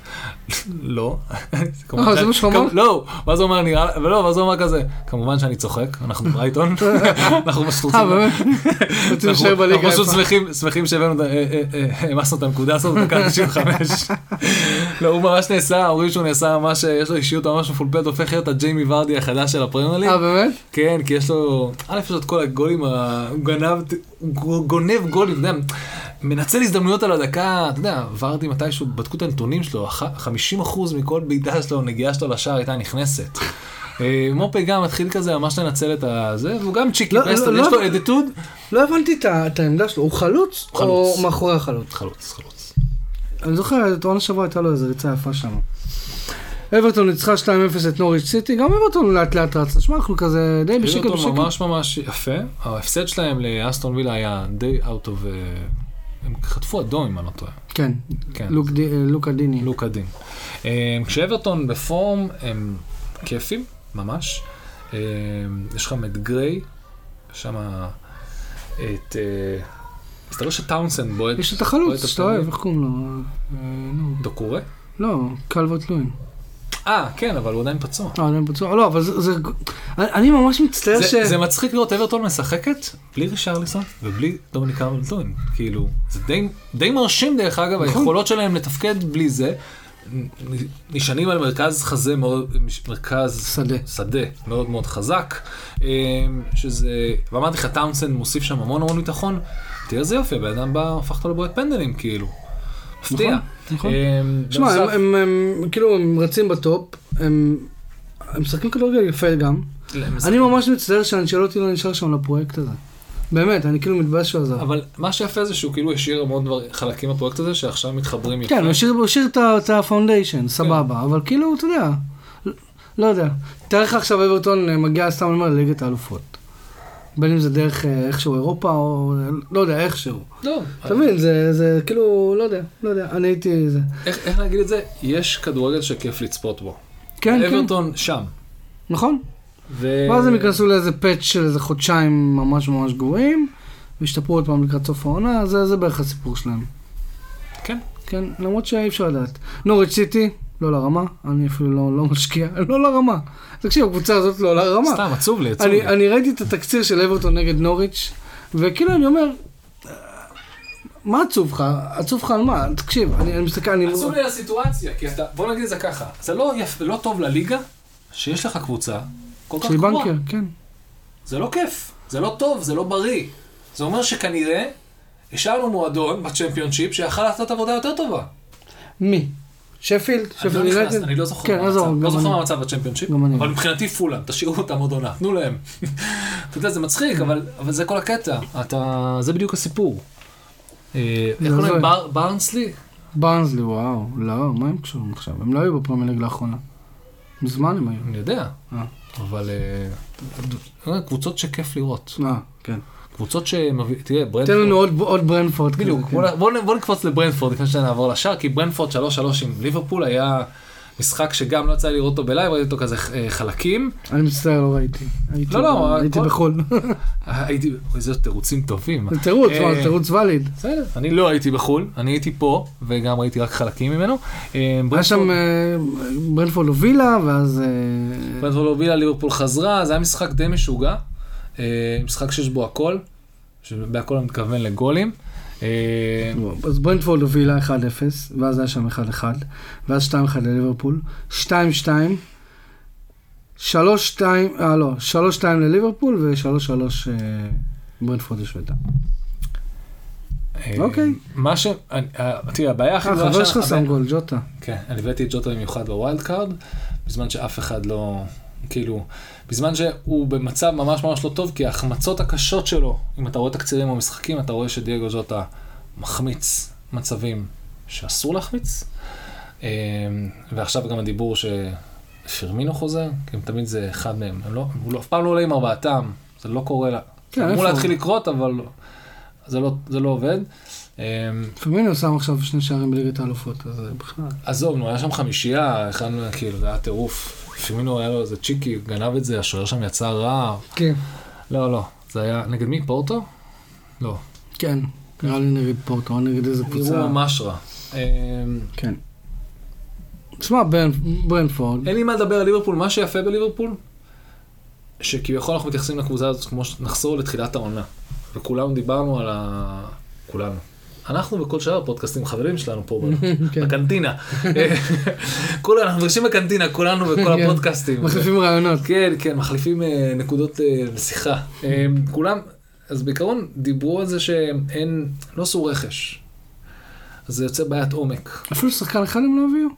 לא. לא, זה מה שהוא אמר? לא, ואז הוא אומר, נראה, ולא, ואז הוא אומר כזה, כמובן שאני צוחק, אנחנו ברייטון, אנחנו משתורצים. אה, באמת? רוצים להישאר בליגה. אנחנו פשוט שמחים שהבאנו, המסנו את הנקודה הזאת בדקה תשעים וחמש. לא, הוא ממש נעשה, אומרים שהוא נעשה ממש, יש לו אישיות ממש מפולפלת, הופך להיות הג'יימי ורדי החדש של הפרמייר ליג. אה, באמת? כן, כי יש לו, א' יש לו את כל הגולים, הוא גנב, הוא גונב גולים, אתה יודע, מנצל הזדמנויות על הדקה, אתה יודע, ורדי מתישהו, בדקו את הנתונים שלו, חמישים אחוז מכל בעיטה שלו, נגיעה שלו לשער הייתה נכנסת. מופה גם מתחיל כזה ממש לנצל את הזה, והוא גם צ'יקי פסטר, יש לו אדיטוד. לא הבנתי את העמדה שלו, הוא חלוץ או מאחורי החלוץ? חלוץ, חלוץ. אני זוכר, את העונה שעברה הייתה לו איזו ריצה יפה שם. אברטון ניצחה שתיים אפס את נוריץ' סיטי, גם אברטון לאט לאט רץ, נשמע, אנחנו כזה די בשקט בשקט. אברטון ממש ממש יפה, ההפסד שלהם לאסטון וילה היה די out of... הם חטפו אדום אם אני לא טועה. כן, לוקה דיני. לוקה דין. כשאברטון בפורם הם כיפים, ממש. יש לך את גריי, שם את... אז אתה רואה שטאונסנד בועט... יש את החלוץ, שאתה אוהב, איך קוראים לו? דוקורה? לא, קלברט לוין. אה, כן, אבל הוא עדיין פצוע. אה, עדיין פצוע. לא, אבל זה... אני ממש מצטער ש... זה מצחיק לראות אברטון משחקת בלי רישרליסון ובלי דומיניק קלברט-לוין. כאילו, זה די מרשים דרך אגב, היכולות שלהם לתפקד בלי זה. נשענים על מרכז חזה מאוד, מרכז שדה מאוד מאוד חזק. שזה, ואמרתי לך, טאונסנד מוסיף שם המון המון ביטחון. תראה זה יופי, באדם בא, הפכת לבועט פנדלים, כאילו. מפתיע. נכון. שמע, הם כאילו, הם רצים בטופ, הם משחקים כדורגל יפה גם. אני ממש מצטער שאנצ'לוטי לא נשאר שם לפרויקט הזה. באמת, אני כאילו מתבאס שהוא עזב. אבל מה שיפה זה שהוא כאילו השאיר המון חלקים בפרויקט הזה, שעכשיו מתחברים יפה. כן, הוא השאיר את הפאונדיישן, סבבה, אבל כאילו, אתה יודע, לא יודע. תראה לך עכשיו אברטון מגיע סתם, אני אומר, לליגת האלופות. בין אם זה דרך איכשהו אירופה, או לא יודע, איכשהו. לא. אתה מבין, זה כאילו, לא יודע, לא יודע, אני הייתי זה. איך להגיד את זה? יש כדורגל שכיף לצפות בו. כן, כן. אברטון שם. נכון. ואז הם ייכנסו לאיזה פאץ' של איזה חודשיים ממש ממש גרועים, והשתפרו עוד פעם לקראת סוף העונה, זה בערך הסיפור שלהם. כן. כן, למרות שאי אפשר לדעת. נוריץ' סיטי, לא לרמה, אני אפילו לא, לא משקיע, לא לרמה. תקשיב, הקבוצה הזאת לא לרמה. סתם, עצוב לי, עצוב אני, לי. אני ראיתי את התקציר של אברטון נגד נוריץ', וכאילו אני אומר, מה עצוב לך? עצוב לך על מה? תקשיב, אני, אני מסתכל, אני... עצוב לי על הסיטואציה, כי אתה, בוא נגיד את זה ככה, זה לא, יפ, לא טוב לליגה, שיש לך קבוצה כל כך גרועה. בנקר, כן. זה לא כיף, זה לא טוב, זה לא בריא. זה אומר שכנראה, השארנו מועדון בצ'מפיונשיפ שיכל לעשות עבודה יותר טובה. מי? שפילד? שפילד יונייטד? אני לא זוכר כן, מהמצב, לא זוכר מהמצב בצ'מפיונשיפ, אבל מבחינתי פולאם, תשאירו אותם עוד עונה, תנו להם. אתה יודע, זה מצחיק, אבל זה כל הקטע, זה בדיוק הסיפור. איך קוראים? ברנסלי? ברנסלי, וואו, לא, מה הם קשורים עכשיו? הם לא היו בפרמייר ליג לאחרונה. מזמן הם היו. אני יודע, אבל קבוצות שכיף לראות. אה, כן. קבוצות שמביא, תראה, ברנפורד... תן לנו עוד ברנפורד. בדיוק, בוא נקפוץ לברנפורד לפני שנעבור לשאר, כי ברנפורד שלוש שלוש עם ליברפול היה משחק שגם לא יצא לראות אותו בלייב, ראיתי אותו כזה חלקים. אני מצטער, לא ראיתי. לא, לא. הייתי בחול. הייתי, איזה תירוצים טובים. זה תירוץ, תירוץ וליד. בסדר, אני לא הייתי בחול, אני הייתי פה, וגם ראיתי רק חלקים ממנו. היה שם ברנפורד הובילה, ואז... ברנפורד הובילה, ליברפול חזרה, זה היה משחק די משוגע. משחק שיש בו הכל, שבהכל אני מתכוון לגולים. אז ברנטפורד הובילה אחד אפס, ואז היה שם אחד אחד, ואז שתיים אחד לליברפול, שתיים שתיים, שלוש שתיים, אה לא, שלוש שתיים לליברפול, ושלוש שלוש ברנטפורד השוותה. אוקיי. מה ש... תראה, הבעיה הכי גדולה... חבר שלך שם גול, ג'וטה. כן, אני הבאתי את ג'וטה במיוחד בווילד קארד, בזמן שאף אחד לא... כאילו, בזמן שהוא במצב ממש ממש לא טוב, כי ההחמצות הקשות שלו, אם אתה רואה תקצירים או משחקים, אתה רואה שדייגו ג'וטה מחמיץ מצבים שאסור להחמיץ. ועכשיו גם הדיבור שפירמינו חוזר, כי הם תמיד זה אחד מהם. הם לא, הוא לא, אף פעם לא עולה עם ארבעתם, זה לא קורה לה. כן, אמור להתחיל לקרות, אבל זה לא, זה לא עובד. פירמינו שם עכשיו שני שערים בליגת האלופות, אז בכלל. עזוב, נו, היה שם חמישייה, אחד, כאילו, זה היה טירוף. פירמינו היה לו איזה צ'יקי, גנב את זה, השוער שם יצא רע. כן. לא, לא. זה היה נגד מי? פורטו? לא. כן. נראה לי נגד פורטו, נגד איזה קבוצה. נראו ממש רע. כן. תשמע, ברנפורד. אין לי מה לדבר על ליברפול. מה שיפה בליברפול, שכביכול אנחנו מתייחסים לקבוצה הזאת כמו שנחזור לתחילת העונה. וכולנו דיברנו על ה... כולנו. אנחנו בכל שאר הפודקאסטים, חברים שלנו פה בקנטינה. כולנו, אנחנו מרשים בקנטינה, כולנו בכל הפודקאסטים. מחליפים רעיונות. כן, כן, מחליפים נקודות לשיחה. כולם, אז בעיקרון דיברו על זה שאין, לא עשו רכש. אז זה יוצא בעיית עומק. אפילו שחקן אחד הם לא הביאו?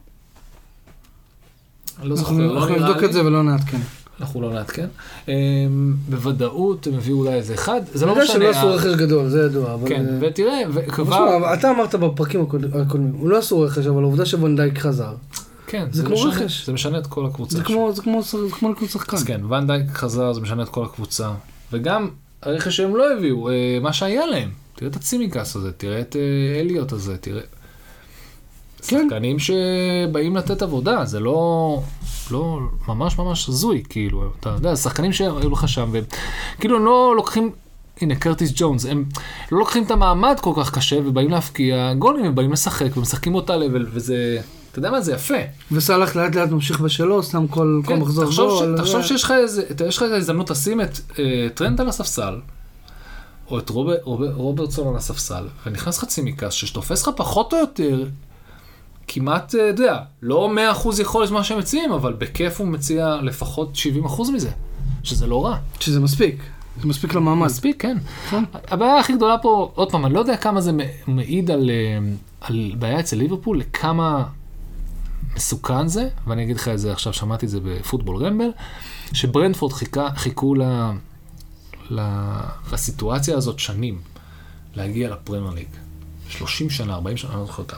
לא זוכר, לא נראה לי. אנחנו נבדוק את זה ולא נעדכן. אנחנו לא נעדכן. בוודאות הם הביאו אולי איזה אחד. זה לא משנה. אני יודע שלא עשו רכש גדול, זה ידוע. כן, ותראה, וכבר... אתה אמרת בפרקים הקודמים, הוא לא עשו רכש, אבל העובדה שוונדייק חזר. כן, זה כמו רכש. זה משנה את כל הקבוצה. זה כמו לקנות שחקן. אז כן, וונדייק חזר, זה משנה את כל הקבוצה. וגם הרכש שהם לא הביאו, מה שהיה להם. תראה את הצימיקס הזה, תראה את אליוט הזה, תראה... שחקנים שבאים לתת עבודה, זה לא, לא ממש ממש זוי, כאילו, אתה יודע, שחקנים שהיו לך שם, וכאילו הם לא לוקחים, הנה, קרטיס ג'ונס, הם לא לוקחים את המעמד כל כך קשה, ובאים להפקיע גולים, הם באים לשחק, ומשחקים אותה לבל, וזה, אתה יודע מה, זה יפה. וסלח לאט לאט ממשיך בשלו, סתם כל, כל מחזור גול. תחשוב שיש לך איזה, יש לך איזה הזדמנות לשים את טרנט על הספסל, או את רוברטסון על הספסל, ונכנס חצי מכס, ששתופס לך פחות או יותר, כמעט, אתה יודע, לא מאה אחוז יכול להיות מה שהם מציעים, אבל בכיף הוא מציע לפחות שבעים אחוז מזה, שזה לא רע. שזה מספיק, זה מספיק למעמד. מספיק, כן. הבעיה הכי גדולה פה, עוד פעם, אני לא יודע כמה זה מעיד על, על בעיה אצל ליברפול, לכמה מסוכן זה, ואני אגיד לך את זה עכשיו, שמעתי את זה בפוטבול רמבל, שברנפורד חיכה, חיכו ל, ל, לסיטואציה הזאת שנים, להגיע לפרמייר ליג. שלושים שנה, ארבעים שנה, אני לא זוכר כמה.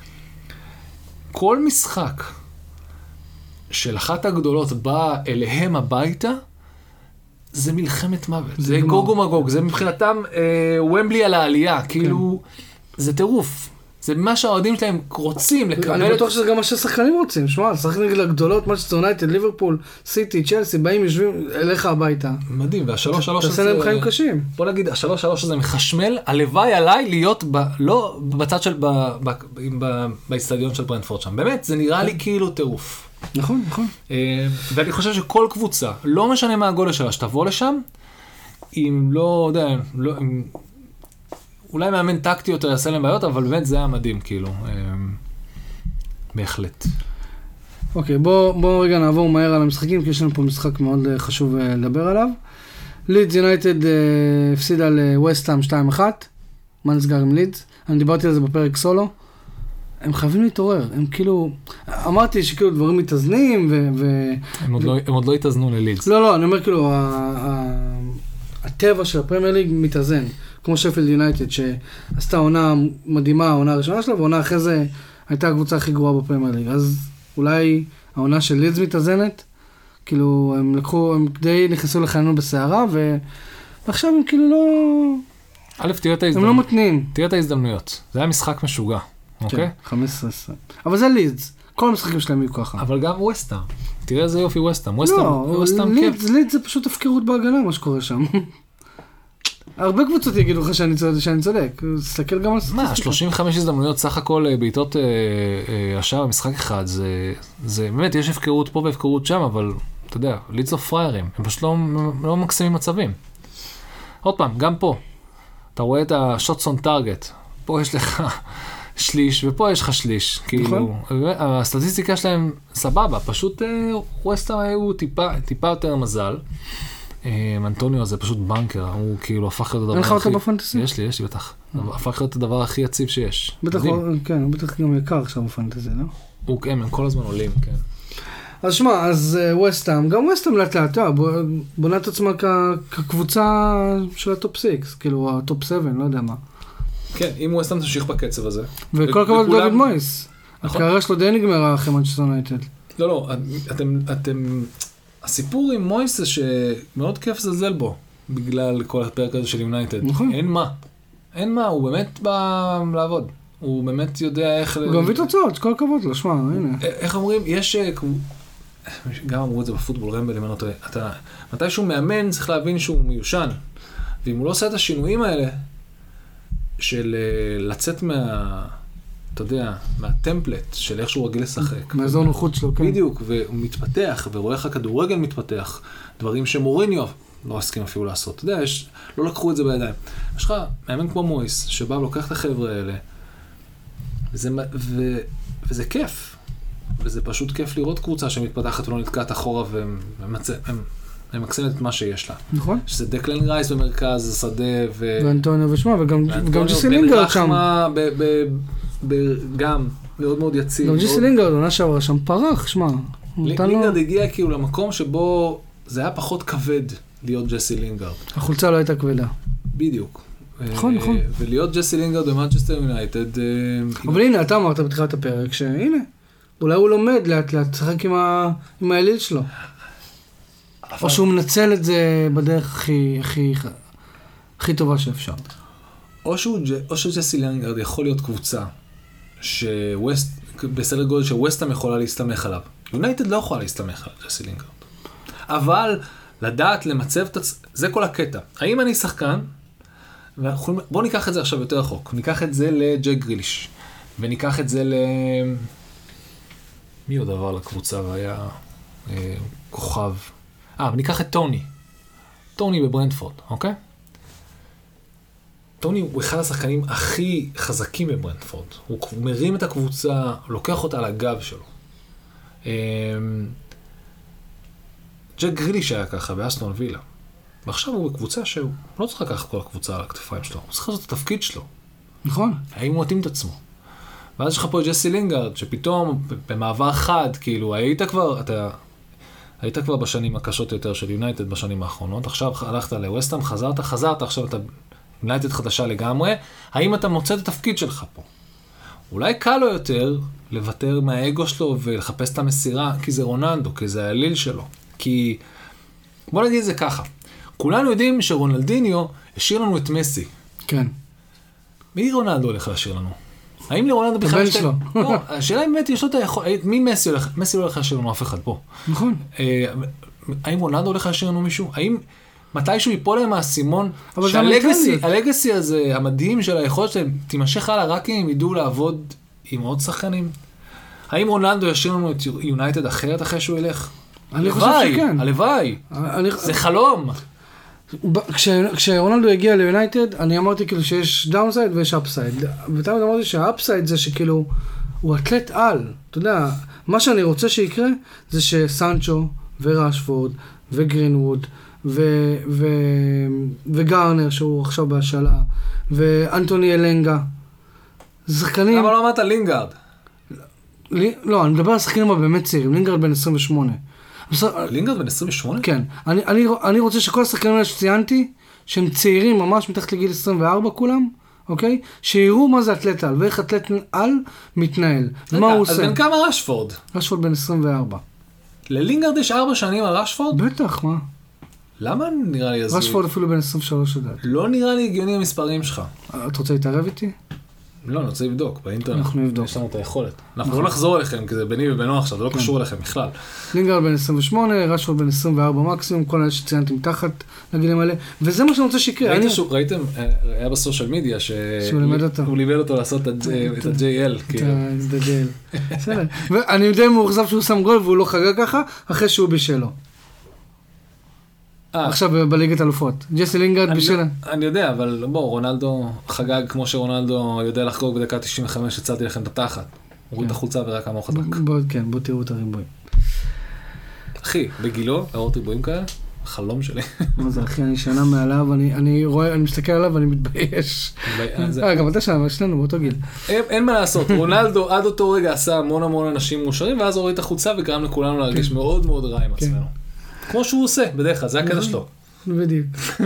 כל משחק של אחת הגדולות בא אליהם הביתה, זה מלחמת מוות. זה, זה גוג ומגוג. זה מבחינתם אה, ומבלי על העלייה. כן. כאילו, זה טירוף. זה מה שהאוהדים שלהם רוצים לקבל. אני בטוח שזה גם מה שהשחקנים רוצים. שמע, שחק נגד הגדולות, מנצ'סטר יונייטד, ליברפול, סיטי, צ'לסי, באים יושבים אליך הביתה. מדהים, והשלוש שלוש הזה... תעשה להם חיים קשים. בוא נגיד, השלוש שלוש הזה מחשמל, הלוואי עליי להיות ב... לא בצד של... באצטדיון של ברנטפורד שם. באמת, זה נראה לי כאילו טירוף. נכון, נכון. ואני חושב שכל קבוצה, לא משנה מה הגודל שלה, שתבוא לשם, אם לא, יודע, לא, אם, אולי מאמן טקטי יותר יעשה להם בעיות, אבל באמת זה היה מדהים, כאילו, בהחלט. אוקיי, בוא, בוא רגע נעבור מהר על המשחקים, כי יש לנו פה משחק מאוד חשוב לדבר עליו. לידס יונייטד הפסידה לווסט-האם שתיים אחת, מה נסגר עם לידס? אני דיברתי על זה בפרק סולו. הם חייבים להתעורר, הם כאילו, אמרתי שכאילו דברים מתאזנים ו... ו... הם, עוד ו... לא, הם עוד לא התאזנו ללידס. לא, לא, אני אומר כאילו, ה... ה... הטבע של הפרמייר ליג מתאזן, כמו שפילד יונייטד, שעשתה עונה מדהימה, העונה הראשונה שלה, ועונה אחרי זה הייתה הקבוצה הכי גרועה בפרמייר ליג, אז אולי העונה של לידס מתאזנת, כאילו, הם לקחו, הם די נכנסו לחיינו בסערה, ו... ועכשיו הם כאילו לא... א', תראה את ההזדמנויות. הם לא מתנים. תראה את ההזדמנויות. זה היה משחק משוגע. אוקיי? חמש עשרה עשרה. אבל זה לידס. כל המשחקים שלהם יהיו ככה. אבל גם ווסטהאם. תראה איזה יופי ווסטהאם. לא, לידס זה פשוט הפקרות בהגנה, מה שקורה שם. הרבה קבוצות יגידו לך שאני צודק. תסתכל גם על סטטיסטיקה. מה, שלושים וחמש הזדמנויות סך הכל בעיטות השעה במשחק אחד. זה באמת, יש הפקרות פה והפקרות שם, אבל אתה יודע, לידס לא פריירים. הם פשוט לא מקסימים מצבים. עוד פעם, גם פה. אתה רואה את השוטס און טארגט. פה יש לך שליש, ופה יש לך שליש. כאילו, הסטטיסטיקה שלהם סבבה, פשוט ווסטהאם היו טיפה, טיפה יותר מזל. אנטוניו זה פשוט בנקר, הוא כאילו הפך להיות הדבר הכי... אין לך אותו בפנטסי? יש לי, יש לי בטח. הפך להיות הדבר הכי יציב שיש. בטח, כן, הוא בטח גם יקר עכשיו בפנטסי, לא? הוא, כן, הם כל הזמן עולים, כן. אז שמע, אז ווסטהאם, גם ווסטהאם לאט לאט, בונה את עצמה כקבוצה של הטופ סיקס, כאילו הטופ סבן, לא יודע מה. כן, אם ווסטהאם תמשיך בקצב הזה. וכל הכבוד דוד מויס. הקריירה שלו די נגמרה אחרי מנצ'סטר יונייטד. לא, לא, אתם, אתם... הסיפור עם מויס זה שמאוד כיף לזלזל בו, בגלל כל הפרק הזה של יונייטד. נכון. אין מה. אין מה, הוא באמת בא לעבוד. הוא באמת יודע איך... הוא גם מביא תוצאות, כל הכבוד לו, שמע, הנה. איך אומרים, יש... גם אמרו את זה בפוטבול, רמבל, אם אני לא טועה. אתה, מתישהו מאמן, צריך להבין שהוא מיושן. ואם הוא לא עושה את השינויים האלה, של לצאת מה... אתה יודע, מהטמפלט של איך שהוא רגיל לשחק. מהזון החוץ שלו, כן. בדיוק, והוא מתפתח, ורואה איך הכדורגל מתפתח. דברים שמוריניו לא הסכים אפילו לעשות. אתה יודע, יש, לא לקחו את זה בידיים. יש לך מאמן כמו מויס, שבא ולוקח את החבר'ה האלה, וזה, ו, וזה כיף. וזה פשוט כיף לראות קבוצה שמתפתחת ולא נתקעת אחורה, וממקסמת את מה שיש לה. נכון. שזה דקלן רייס במרכז, השדה, ו... ואנטוניו ושמע, וגם ג'סי לינגרד שם. גם מאוד מאוד יציב. גם ג'סי לינגרד, עונה שעברה שם פרח, שמע. לינגרד הגיע כאילו למקום שבו זה היה פחות כבד להיות ג'סי לינגרד. החולצה לא הייתה כבדה. בדיוק. נכון, נכון. ולהיות ג'סי לינגרד במנצ'סטר יונייטד... אבל הנה, אתה אמרת בתחילת הפרק שהנה, אולי הוא לומד לאט לאט, שחק עם האליל שלו. או שהוא מנצל את זה בדרך הכי טובה שאפשר. או שג'סי לינגרד יכול להיות קבוצה בסדר גודל שווסטהאם יכולה להסתמך עליו. יונייטד לא יכולה להסתמך על ג'סי לינגרד. אבל לדעת למצב את... זה כל הקטע. האם אני שחקן? בואו ניקח את זה עכשיו יותר רחוק. ניקח את זה לג'ק גריליש. וניקח את זה ל... מי עוד עבר לקבוצה והיה אה, כוכב? אה, וניקח את טוני. טוני בברנטפורד, אוקיי? טוני הוא אחד השחקנים הכי חזקים בברנטפורד. הוא מרים את הקבוצה, לוקח אותה על הגב שלו. אה, ג'ק גריליש היה ככה באסטון וילה. ועכשיו הוא בקבוצה שהוא לא צריך לקחת כל הקבוצה על הכתפיים שלו. הוא צריך לעשות את התפקיד שלו. נכון. האם הוא מתאים את עצמו. ואז יש לך פה ג'סי לינגרד, שפתאום במעבר חד, כאילו, היית כבר, אתה, היית כבר בשנים הקשות יותר של יונייטד בשנים האחרונות, עכשיו הלכת לווסטהאם, חזרת, חזרת, עכשיו אתה יונייטד חדשה לגמרי, האם אתה מוצא את התפקיד שלך פה? אולי קל לו יותר לוותר מהאגו שלו ולחפש את המסירה, כי זה רונלדו, כי זה האליל שלו. כי, בוא נגיד את זה ככה, כולנו יודעים שרונלדיניו השאיר לנו את מסי. כן. מי רונלדו הולך להשאיר לנו? האם לרונלדו בכלל... הבן שלו. לא, השאלה אם באמת יש לו את היכול... מי מסי הולך? מסי לא הולך להשאיר לנו אף אחד פה. נכון. האם רונלדו הולך להשאיר לנו מישהו? האם מתישהו ייפול להם האסימון, אבל שהלגסי הזה, המדהים של היכולת שלהם, תימשך הלאה רק אם הם ידעו לעבוד עם עוד שחקנים? האם רונלדו ישאיר לנו את יונייטד אחרת אחרי שהוא ילך? אני חושב שכן. הלוואי. זה חלום. כשרונלדו הגיע ליונייטד, אני אמרתי כאילו שיש דאונסייד ויש אפסייד. ותמיד אמרתי שהאפסייד זה שכאילו, הוא אתלט על. אתה יודע, מה שאני רוצה שיקרה, זה שסנצ'ו ורשפורד וגרינווד, ו- ו- וגארנר שהוא עכשיו בהשאלה, ואנטוני אלנגה. שחקנים... למה לא אמרת לינגארד? לי... לא, אני מדבר על שחקנים הבאמת צעירים, לינגארד בן עשרים ושמונה. לינגארד בן עשרים ושמונה? כן. אני, אני, אני רוצה שכל השחקנים האלה שציינתי, שהם צעירים ממש מתחת לגיל עשרים וארבע כולם, אוקיי? שיראו מה זה אתלט על, ואיך אתלט על מתנהל. ומה הוא עושה. אז בן כמה רשפורד? רשפורד בן עשרים וארבע. ללינגארד יש ארבע שנים על רשפורד? בטח, מה? למה נראה לי הזוי? רשפורד אפילו בן עשרים ושלוש לדעת. לא נראה לי הגיוני המספרים שלך. את רוצה להתערב איתי? לא, אני רוצה לבדוק באינטרנט. אנחנו נבדוק. יש לנו את היכולת. אנחנו לא נחזור אליכם, כי זה ביני ובינו עכשיו, זה לא קשור אליכם בכלל. לינגארד בן עשרים ושמונה, רשפורד בן עשרים וארבע מקסימום, כל האלה שציינתי מתחת לגילים האלה, וזה מה שאני רוצה שיקרה. ראיתם, היה בסושיאל מדיה, שהוא לימד אותו לעשות את ה-ג'יי אל. את ה-ג'יי אל. בסדר. ואני יודע מאוכזב שהוא שם גול, והוא לא חגג ככה, אחרי שהוא בישלו. עכשיו בליגת אלופות. ג'סי לינגארד בישל. אני יודע, אבל בוא, רונלדו חגג כמו שרונלדו יודע לחגוג בדקה תשעים וחמש, הצעתי לכם את התחת. הוריד את החולצה ורק כמה חזק. כן, בוא תראו את הריבועים. אחי, בגילו, לראות ריבועים כאלה, חלום שלי. מה זה, אחי, אני שנה מעליו, אני רואה, אני מסתכל עליו ואני מתבייש. אה, גם אתה שנה, יש לנו באותו גיל. אין מה לעשות, רונלדו עד אותו רגע עשה המון המון אנשים מאושרים, ואז הוריד את החולצה וגרם לכולנו להרגיש מאוד מאוד רע עם עצמנו. כמו שהוא עושה, בדרך כלל, זה הקטע שלו. בדיוק.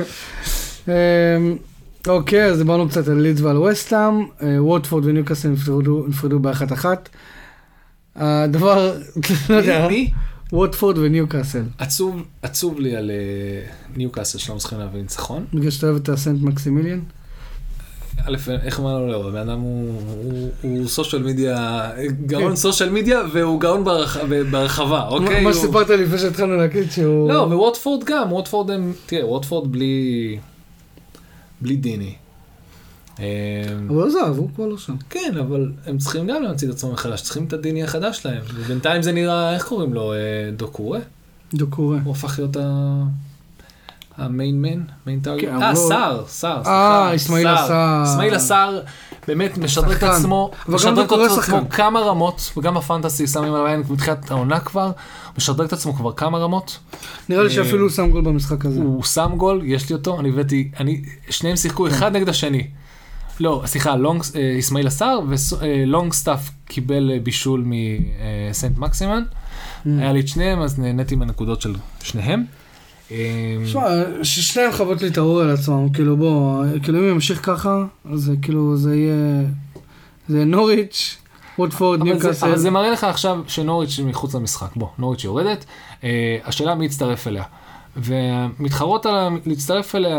אוקיי, אז דיברנו קצת על לידס ועל ווסטהאם, ווטפורד וניוקאסל נפרדו באחת אחת. הדבר, לא יודע, ווטפורד וניוקאסל. עצוב לי על ניוקאסל שלא מצליחים להביא ניצחון. בגלל שאתה אוהב את הסנט מקסימיליאן? א', איך אמרנו לו, הבן אדם הוא סושיאל מדיה, גאון סושיאל מדיה, והוא גאון ברחבה, אוקיי? מה שסיפרת לי לפני שהתחלנו להקליט שהוא... לא, וווטפורד גם, ווטפורד הם, תראה, ווטפורד בלי, בלי דיני. אבל לא זהב, הוא כבר לא שם. כן, אבל הם צריכים גם להמציא את עצמם מחדש, צריכים את הדיני החדש שלהם. ובינתיים זה נראה, איך קוראים לו, דוקורה? דוקורה. הוא הפך להיות ה... המיין מן, מיין טארגט. אה, שר, שר. אה, אסמאעיל השר. אסמאעיל השר באמת משדרג את עצמו, משדרג את עצמו כמה רמות, וגם בפנטסי שמים עליו עין מתחילת העונה כבר, משדרג את עצמו כבר כמה רמות. נראה לי שאפילו הוא שם גול במשחק הזה. הוא שם גול, יש לי אותו, אני הבאתי, שניהם שיחקו אחד נגד השני. לא, סליחה, אסמאעיל השר, ולונגסטאף קיבל בישול מסנט מקסימן. היה לי את שניהם, אז נהניתי מהנקודות של שניהם. שמע, ששניהם חוות להתעורר על עצמם, כאילו בוא, כאילו אם ימשיך ככה, אז כאילו זה יהיה, זה יהיה נוריץ', ווטפורד, ניוקאסל. אבל זה מראה לך עכשיו שנוריץ' מחוץ למשחק, בוא, נוריץ' יורדת, השאלה מי יצטרף אליה, ומתחרות על להצטרף אליה,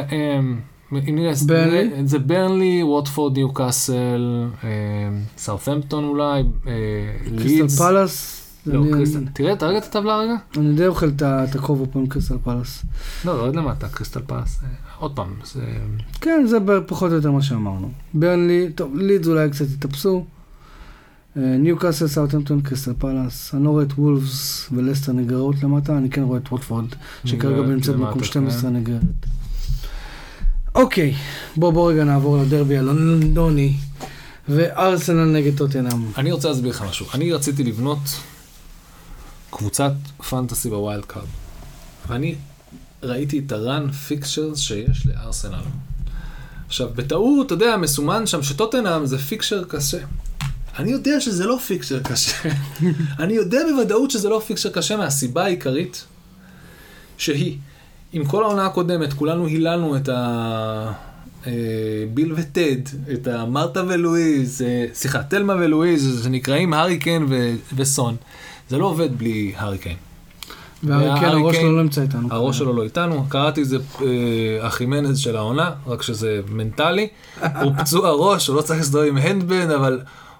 זה ברנלי, ווטפורד, ניוקאסל, סאות'המפטון אולי, קריסטל פלאס, לא, קריסטל, תראה, תראה את הטבלה רגע. אני די אוכל את הקרוב פה עם קריסטל פלאס. לא, לא יודע מה אתה, קריסטל פלאס. עוד פעם, זה... כן, זה פחות או יותר מה שאמרנו. ברנלי, טוב, לידס אולי קצת התאפסו. ניוקאסל, סאות'המפטון, קריסטל פלאס. אני לא רואה את וולפס ולסטר נגררות למטה, אני כן רואה את ווטפורד, שכרגע נמצאת במקום שתים עשרה נגררת. אוקיי, בוא בוא רגע נעבור לדרבי הלונדוני, וארסנל נגד טוטנהאם. אני רוצה להסביר לך משהו. אני רציתי לבנות קבוצת פנטסי בווילד קארד. ואני ראיתי את הרן פיקצ'רס שיש לארסנל. עכשיו, בטעות, אתה יודע, מסומן שם שטוטנהאם זה פיקצ'ר קשה. אני יודע שזה לא פיקצ'ר קשה. אני יודע בוודאות שזה לא פיקצ'ר קשה מהסיבה העיקרית שהיא. עם כל העונה הקודמת, כולנו הילנו את ה... ביל וטד, את המרתה ולואיז, סליחה, תלמה ולואיז, שנקראים הריקיין וסון. זה לא עובד בלי הריקיין. והריקיין, הראש שלו לא נמצא איתנו. הראש שלו לא איתנו. קראתי זה החימנז של העונה, רק שזה מנטלי. הוא פצוע ראש, הוא לא צריך לסדור עם הנדבן, אבל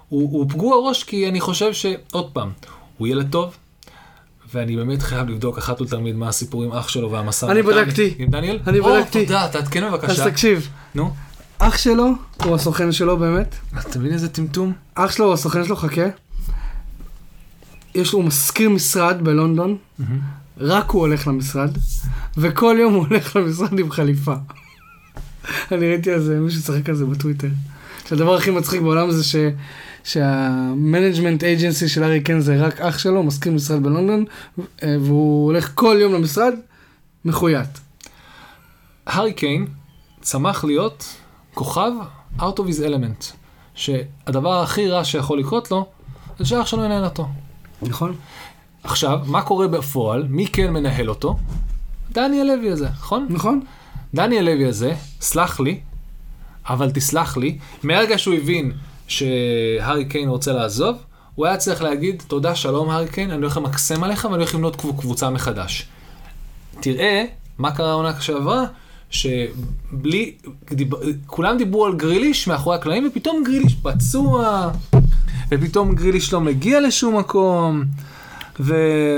הוא, הוא פגוע ראש, כי אני חושב שעוד פעם, הוא ילד טוב, ואני באמת חייב לבדוק אחת ולתמיד מה הסיפור עם אח שלו והמסע. אני בדקתי. עם דניאל? אני בדקתי. או, תודה, תעדכן בבקשה. אז תקשיב. נו. אח שלו, הוא הסוכן שלו באמת. אתה מבין איזה טמטום? אח שלו, הוא הסוכן שלו, חכה. יש לו מזכיר משרד בלונדון, רק הוא הולך למשרד, וכל יום הוא הולך למשרד עם חליפה. אני ראיתי על זה, מישהו צחק על זה בטוויטר. שהדבר הכי מצחיק בעולם זה ש... שהמנג'מנט אייג'נסי של הארי קיין זה רק אח שלו, מזכיר משרד בלונדון, והוא הולך כל יום למשרד, מחויית. הארי קיין צמח להיות כוכב out of his element, שהדבר הכי רע שיכול לקרות לו, זה שאח שלו ינהל אותו. נכון. עכשיו, מה קורה בפועל? מי כן מנהל אותו? דניאל לוי הזה, נכון? נכון. דניאל לוי הזה, סלח לי, אבל תסלח לי, מהרגע שהוא הבין שהארי קיין רוצה לעזוב, הוא היה צריך להגיד, תודה, שלום הארי קיין, אני הולך למקסם עליך ואני הולך לבנות קבוצה מחדש. תראה מה קרה העונה שעברה, שבלי, דיב, כולם דיברו על גריליש מאחורי הקלעים, ופתאום גריליש פצוע, ופתאום גריליש לא מגיע לשום מקום, ו...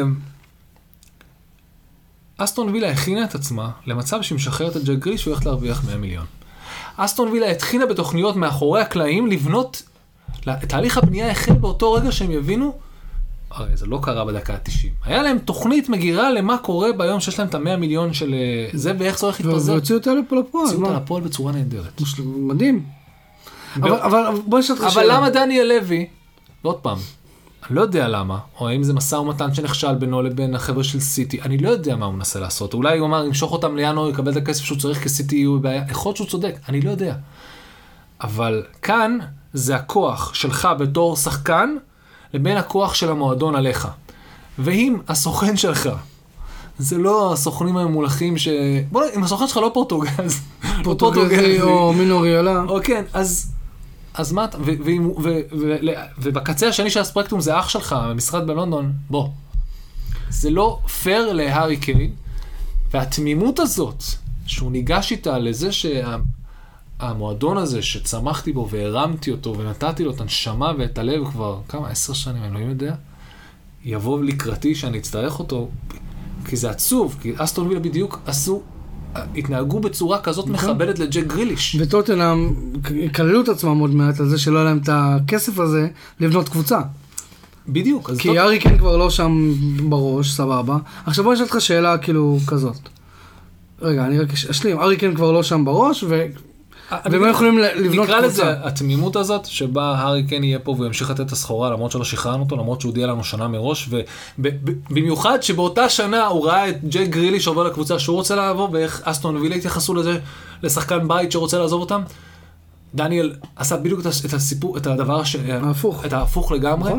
אסטון וילה הכינה את עצמה למצב שמשחררת את ג'ק גריליש והולכת להרוויח מאה מיליון. אסטון וילה התחילה בתוכניות מאחורי הקלעים לבנות, תהליך הבנייה החל באותו רגע שהם יבינו, הרי זה לא קרה בדקה ה-תשעים. היה להם תוכנית מגירה למה קורה ביום שיש להם את ה-מאה מיליון של זה, ואיך זה הולך להתפזר. והוציאו אותה לפועל. הוציאו אותה לפועל בצורה נהדרת. מדהים. אבל בוא נשאל אותך שאלה. אבל למה דניאל לוי, ועוד פעם, אני לא יודע למה, או האם זה מסע ומתן שנכשל בינו לבין החבר'ה של סיטי, אני לא יודע מה הוא מנסה לעשות. אולי הוא אמר, ימשוך אותם לינואר, יקבל את הכסף שהוא צריך, כי סיטי יהיו בבעיה. יכול להיות שהוא צודק, אני לא יודע. אבל כאן זה הכוח שלך בתור שחקן, לבין הכוח של המועדון עליך. ואם הסוכן שלך, זה לא הסוכנים הממולכים ש... בוא, אם הסוכן שלך לא פורטוגז, פורטוגזי או מינוריאלה. או כן, אז... אז מה, ובקצה השני של הספרקטום זה אח שלך, במשרד בלונדון, בוא. זה לא פייר להארי קיין, והתמימות הזאת, שהוא ניגש איתה לזה שהמועדון הזה שצמחתי בו והרמתי אותו ונתתי לו את הנשמה ואת הלב כבר כמה, עשר שנים, אני לא יודע, יבוא לקראתי שאני אצטרך אותו, כי זה עצוב, כי אסטון וילה בדיוק עשו, התנהגו בצורה כזאת מכבדת לג'ק גריליש. וטוטנהאם כללו את עצמם עוד מעט על זה שלא היה להם את הכסף הזה לבנות קבוצה. בדיוק. כי הארי קיין כבר לא שם בראש, סבבה. עכשיו בוא נשאל אותך שאלה כאילו כזאת. רגע, אני רק אשלים. הארי קיין כבר לא שם בראש, ו... והם יכולים לבנות קבוצה. נקרא לזה התמימות הזאת, שבה הארי קיין יהיה פה וימשיך לתת את הסחורה, למרות שלא שחררנו אותו, למרות שהוא הודיע לנו שנה מראש, ובמיוחד שבאותה שנה הוא ראה את ג'ק גריליש עובר לקבוצה שהוא רוצה לעבור, ואיך אסטון וילה התייחסו לזה, לשחקן בית שרוצה לעזוב אותם. דניאל עשה בדיוק את הסיפור, את הדבר ההפוך. את ההפוך לגמרי.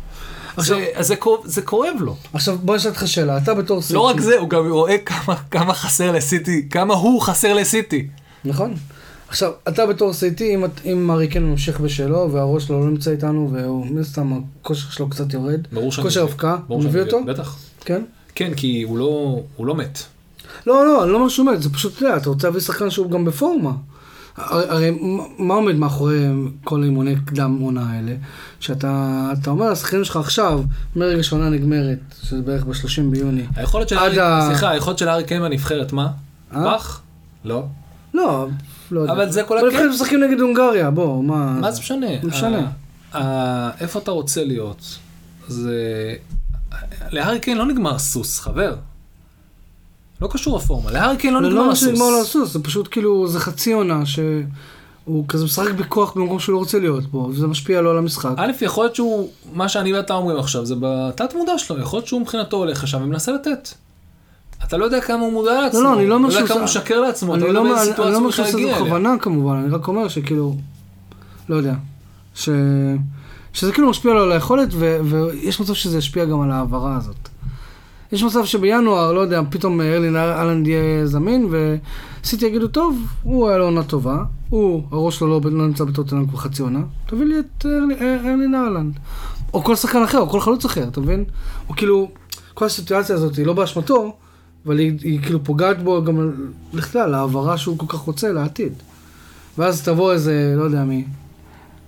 זה כואב לו. עכשיו בוא נשאל אותך שאלה, אתה בתור סיטי. לא רק זה, הוא גם רואה כמה חסר לסיטי, כמה הוא חסר לסיטי. נכון. עכשיו, אתה בתור סיטי, אם, אם הארי קיין ממשיך בשלו, והראש שלו לא נמצא איתנו, והוא, מן סתם, הכושר שלו קצת יורד, כושר אבקה, הוא מביא אותו? בטח. כן? כן, כי הוא לא, הוא לא מת. לא, לא, אני לא אומר שהוא מת, זה פשוט, אתה רוצה להביא שחקן שהוא גם בפורמה. הרי, מה עומד מאחורי כל אימוני קדם עונה האלה? שאתה, אתה אומר, השחקנים שלך עכשיו, מרגע שעונה נגמרת, שזה בערך ב-שלושים ביוני. היכולת של הארי, סליחה, היכולת של הארי קיין בנבחרת, מה? פח? לא. לא, לא יודע. אבל זה כל הקטע. אבל לכן משחקים נגד הונגריה, בוא, מה... מה זה משנה? זה משנה. איפה אתה רוצה להיות? זה... להארי קיין לא נגמר סוס, חבר. לא קשור רפורמה. להארי קיין לא נגמר סוס. לא נגמר לו סוס, זה פשוט כאילו, זה חצי עונה שהוא כזה משחק בכוח במקום שהוא לא רוצה להיות בו, וזה משפיע לו על המשחק. א', יכול להיות שהוא, מה שאני ואתה אומרים עכשיו, זה בתת מודע שלו, יכול להיות שהוא מבחינתו הולך לשם ומנסה לתת. אתה לא יודע כמה הוא מודע לעצמו, לא, לא, אני לא אומר שהוא... אתה לא יודע כמה הוא משקר לעצמו, אתה לא יודע באיזה סיטואציה הוא בכלל הגיע אליה. אני לא אומר שזה בכוונה כמובן, אני רק אומר שכאילו, לא יודע, ש... שזה כאילו משפיע לו על היכולת, ו... ויש מצב שזה ישפיע גם על העברה הזאת. יש מצב שבינואר, לא יודע, פתאום ארלין אהלנד יהיה זמין, וסיטי יגידו, טוב, הוא היה לו עונה טובה, הוא, הראש שלו לא, לא נמצא בטוטנהאם כבר חצי עונה, תביא לי את ארלין אהלנד. או כל שחקן אחר, או כל חלוץ אחר, אתה מבין? או כאילו, כל הסיטואציה הזאת היא לא באשמתו, אבל היא, היא כאילו פוגעת בו גם לכלל, העברה שהוא כל כך רוצה לעתיד. ואז תבוא איזה, לא יודע מי,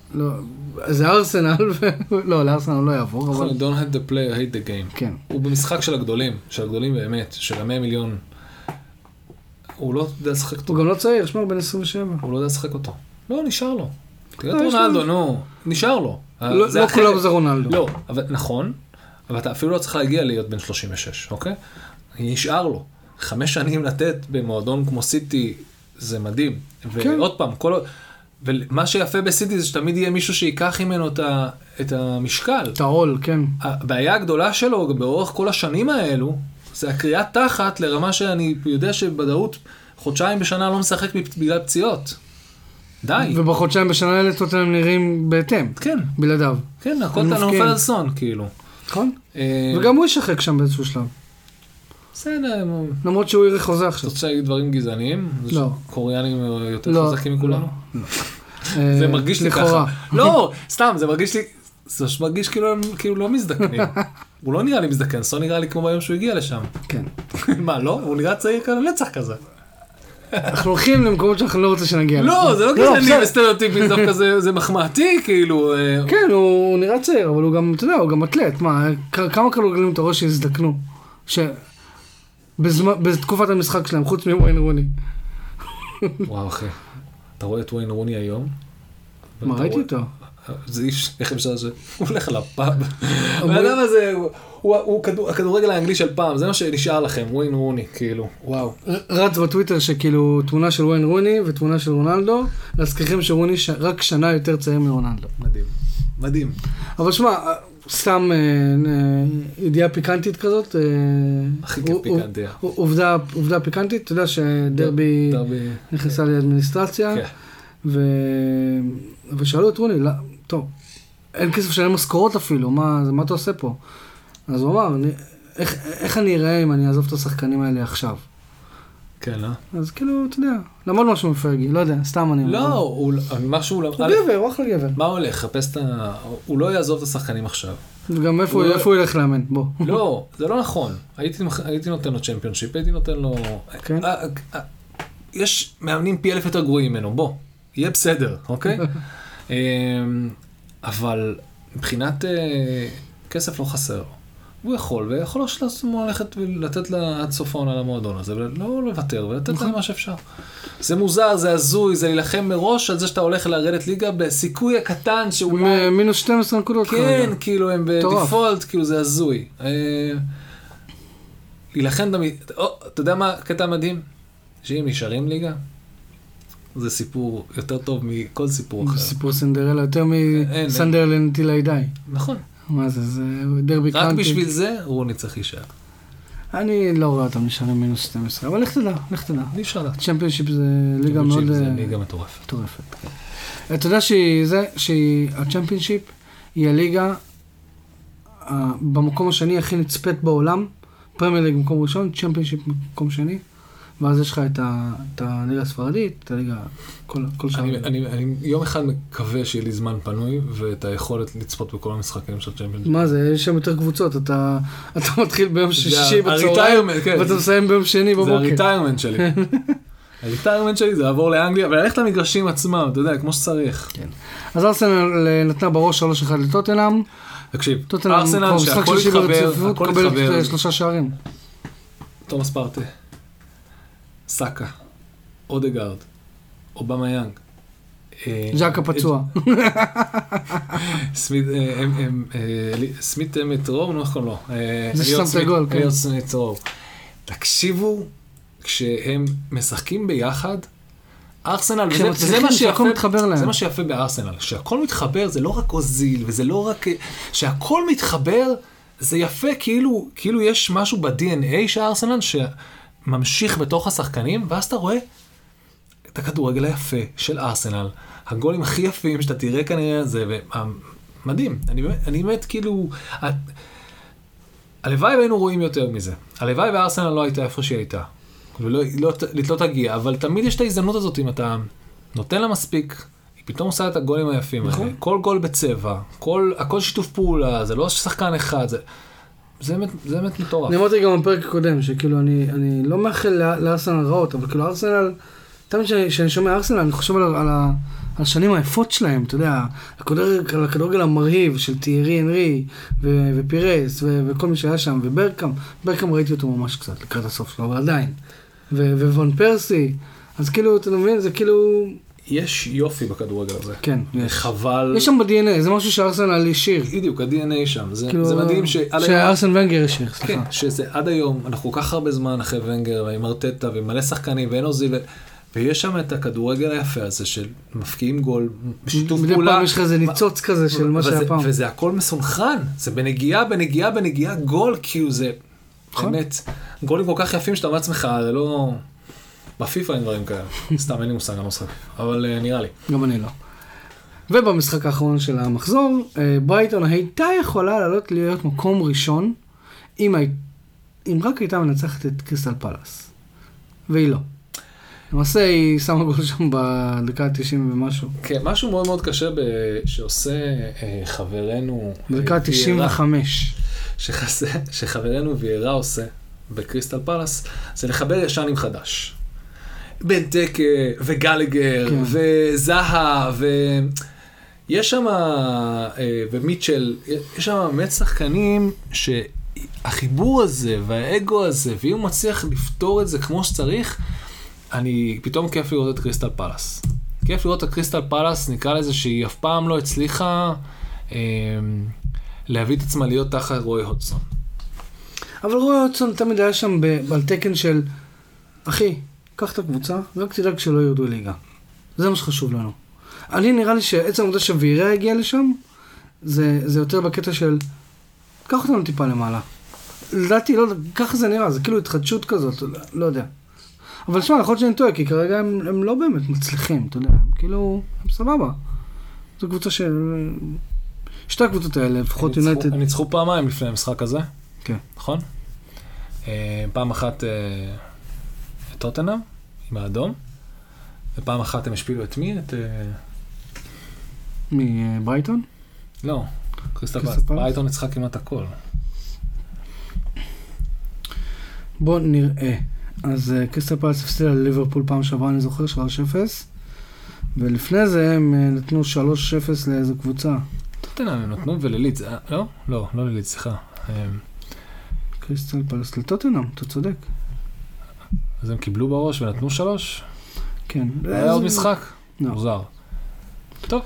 לא, זה ארסנל, לא, לארסנל לא יעבור, אבל... Don't hate the player, hate the game. כן. הוא במשחק של הגדולים, של הגדולים באמת, של המאה מיליון. הוא לא יודע לשחק אותו. הוא גם לא צעיר, שמור בן עשרים ושבע. הוא לא יודע לשחק אותו. לא, נשאר לו. תראה את רונלדו, נו, נשאר לו. לא כולם זה רונלדו. לא, נכון, אבל אתה אפילו לא צריך להגיע להיות בן שלושים ושש, אוקיי? נשאר לו. חמש שנים לתת במועדון כמו סיטי, זה מדהים. ועוד פעם, כל... ומה שיפה בסיטי זה שתמיד יהיה מישהו שיקח ממנו את המשקל. את העול, כן. הבעיה הגדולה שלו, באורך כל השנים האלו, זה הקריאת תחת לרמה שאני יודע שבדעות חודשיים בשנה לא משחק בגלל פציעות. די. ובחודשיים בשנה האלה טוטנהאם נראים בהתאם. כן. בלעדיו. כן, הכל אתה נופל על סון, כאילו. נכון. וגם הוא ישחק שם באיזשהו שלב. בסדר. למרות שהוא יראה חוזה עכשיו. אתה רוצה להגיד דברים גזעניים? לא. קוריאנים יותר חזקים מכולם? לא. זה מרגיש לי ככה. לא, סתם, זה מרגיש לי, זה מרגיש כאילו לא מזדקנים. הוא לא נראה לי מזדקן, סון נראה לי כמו ביום שהוא הגיע לשם. כן. מה, לא? הוא נראה צעיר כאן לצח כזה. אנחנו הולכים למקומות שאנחנו לא רוצים שנגיע. לא, זה לא גזעני וסטריאוטיפי, דווקא זה מחמאתי, כאילו. כן, הוא נראה צעיר, אבל הוא גם, אתה יודע, הוא גם אתלט. מה, כמה כדורגלנים אתה רואה שהזדקנו? בתקופת המשחק שלהם, חוץ מוויין רוני. וואו, אחי. אתה רואה את וויין רוני היום? מה, ראיתי אותו? זה איש, איך אפשר ש... הוא הולך לפאב. והאדם הזה, הוא הכדורגל האנגלי של פעם, זה מה שנשאר לכם, וויין רוני, כאילו, וואו. רץ בטוויטר שכאילו תמונה של וויין רוני ותמונה של רונלדו, להזכירכם שרוני רק שנה יותר צעיר מרונלדו. מדהים, מדהים. אבל שמע, סתם ידיעה פיקנטית כזאת. הכי כיף פיקנטיה. עובדה פיקנטית, אתה יודע שדרבי נכנסה לאדמיניסטרציה, ושאלו את רוני, טוב, אין כסף שלהם משכורות אפילו, מה אתה עושה פה? אז הוא אמר, איך אני אראה אם אני אעזוב את השחקנים האלה עכשיו? כן, לא? אז כאילו, אתה יודע, למוד משהו מפרגי, לא יודע, סתם אני... לא, הוא משהו... הוא גבר, הוא אחלה גבר. מה הוא הולך? חפש את ה... הוא לא יעזוב את השחקנים עכשיו. וגם איפה הוא ילך לאמן, בוא. לא, זה לא נכון. הייתי נותן לו צ'מפיונשיפ, הייתי נותן לו... כן. יש מאמנים פי אלף יותר גרועים ממנו, בוא. יהיה בסדר, אוקיי? אבל מבחינת כסף לא חסר. הוא יכול, ויכול ללכת ולתת לה עד סוף העונה למועדון הזה, ולא לוותר, ולתת לה מה שאפשר. זה מוזר, זה הזוי, זה להילחם מראש על זה שאתה הולך לרדת ליגה בסיכוי הקטן שאולי... מינוס שתים עשרה נקודות. כן, כאילו הם בדיפולט, כאילו זה הזוי. להילחם תמיד... אתה יודע מה הקטע מדהים? שאם נשארים ליגה, זה סיפור יותר טוב מכל סיפור אחר. זה סיפור סנדרלה, יותר מסנדרלן טילי די. נכון. מה זה, זה דרבי קאנטי. רק בשביל זה, רוני צריך להישאר. אני לא רואה אותם נשארים מינוס שתים עשרה, אבל לך תדע, לך תדע. אי אפשר לדעת. צ'מפיונשיפ זה ליגה מאוד... צ'מפיונשיפ זה ליגה מטורפת. מטורפת, כן. אתה יודע שהצ'מפיונשיפ היא הליגה במקום השני הכי נצפית בעולם, פרמייר ליג במקום ראשון, צ'מפיונשיפ במקום שני, ואז יש לך את הליגה הספרדית, את הליגה, כל שעה. אני יום אחד מקווה שיהיה לי זמן פנוי, ואת היכולת לצפות בכל המשחקים של צ'מפיונשיפ. מה זה, יש שם יותר קבוצות, אתה מתחיל ביום שישי בצהריים, ואתה מסיים ביום שני בבוקר. זה הריטיירמנט שלי. הריטיירמנט שלי זה לעבור לאנגליה, וללכת למגרשים עצמם, אתה יודע, כמו שצריך. אז ארסנל נתנה בראש שלוש אחד לטוטנהאם. תקשיב, ארסנל שהכל התחבר, הכל התחבר. שלושה שערים. תומאס פרטי. סאקה, אודגארד, אובמה יאנג. ז'קה פצוע. סמית מטרור, נו איך קוראים לו? זה ששם את הגול, כן. אליוט סמית מטרור. תקשיבו, כשהם משחקים ביחד, ארסנל, וזה מה שיפה בארסנל, שהכל מתחבר, זה לא רק אוזיל, וזה לא רק, שהכל מתחבר, זה יפה, כאילו יש משהו ב-די אן איי של ארסנל, ממשיך בתוך השחקנים, ואז אתה רואה את הכדורגל היפה של ארסנל, הגולים הכי יפים שאתה תראה כנראה זה, מדהים, אני באמת, אני באמת כאילו, הלוואי והיינו רואים יותר מזה, הלוואי וארסנל לא הייתה איפה שהיא הייתה, ולא לא, לא תגיע, אבל תמיד יש את ההזדמנות הזאת, אם אתה נותן לה מספיק, היא פתאום עושה את הגולים היפים האלה, כל גול בצבע, כל, הכל שיתוף פעולה, זה לא שחקן אחד, זה... זה באמת, זה באמת מטורף. אני אמרתי גם בפרק הקודם, שכאילו אני, אני לא מאחל לארסנל רעות, אבל כאילו ארסנל תמיד כשאני שומע ארסנל, אני חושב על, על, על השנים היפות שלהם, אתה יודע, הכדורגל, הכדורגל המרהיב של תיארי אנרי ו, ופירס ו, וכל מי שהיה שם, וברקם, ברקם ראיתי אותו ממש קצת לקראת הסוף שלו, אבל עדיין. ו, ווון פרסי, אז כאילו, אתה מבין, זה כאילו... יש יופי בכדורגל הזה. כן, יש. חבל... יש שם ב-די אן איי, זה משהו שארסנל השאיר. בדיוק, ה-די אן איי שם. זה, כאילו, זה מדהים ש... שארסן ונגר השאיר, סליחה. כן, שזה עד היום, אנחנו כל כך הרבה זמן אחרי ונגר, עם ארטטה, ועם מלא שחקנים, ואין אוזיל, ויש שם את הכדורגל היפה הזה, של מפקיעים גול, בשיתוף פעולה. מדי פעם יש לך איזה ניצוץ כזה של מה שהיה פעם. וזה הכל מסונכרן, זה בנגיעה, בנגיעה, בנגיעה, גול, כאילו זה... באמת, גולים כל כך יפים שאתה מעצמך, זה לא... בפיפה אין דברים כאלה. סתם, אין לי מושג על משחק. אבל נראה לי. גם אני לא. ובמשחק האחרון של המחזור, ברייטון הייתה יכולה לעלות להיות מקום ראשון, אם, הי... אם רק הייתה מנצחת את קריסטל פלאס. והיא לא. למעשה היא שמה גול שם בדקה תשעים ומשהו. כן, משהו מאוד מאוד קשה ב... שעושה אה, חברנו... בדקה תשעים וחמש. שחסה, שחברנו ויירה עושה בקריסטל פלאס, זה לחבר ישן עם חדש. בנטקה וגלגר כן. וזהה ויש שם ומיטשל, יש שם באמת שחקנים שהחיבור הזה והאגו הזה, ואם הוא מצליח לפתור את זה כמו שצריך, אני פתאום כיף לראות את קריסטל פלאס. כיף לראות את קריסטל פלאס, נקרא לזה שהיא אף פעם לא הצליחה אה, להביא את עצמה להיות תחת רוי הודסון. אבל רוי הודסון תמיד היה שם על תקן של, אחי, קח את הקבוצה, רק תדאג שלא יורדו ליגה. זה מה שחשוב לנו. אני נראה לי שעצם העובדה שווירה הגיע לשם, זה, זה יותר בקטע של, קח אותנו טיפה למעלה. לדעתי, לא, ככה זה נראה, זה כאילו התחדשות כזאת, לא, לא יודע. אבל שמע, יכול להיות שאני טועה, כי כרגע הם, הם לא באמת מצליחים, אתה יודע, הם כאילו, הם סבבה. זו קבוצה של... שתי הקבוצות האלה, לפחות יונייטד. הם ניצחו פעמיים לפני המשחק הזה. כן. נכון? פעם אחת את טוטנהאם, עם האדום, ופעם אחת הם השפילו את מי? את... מברייטון? לא, קריסטל פלאס. ברייטון ניצחה כמעט הכל. בוא נראה. אז קריסטל פלאס הפסידה לליברפול פעם שעברה, אני זוכר, שלוש אפס, ולפני זה הם נתנו שלוש אפס לאיזו קבוצה. טוטנהאם הם נתנו ולליץ, לא? לא, לא לליץ, סליחה. קריסטל פלאס לטוטנהאם, אתה צודק. אז הם קיבלו בראש ונתנו שלוש? כן. היה עוד משחק? מוזר. טוב.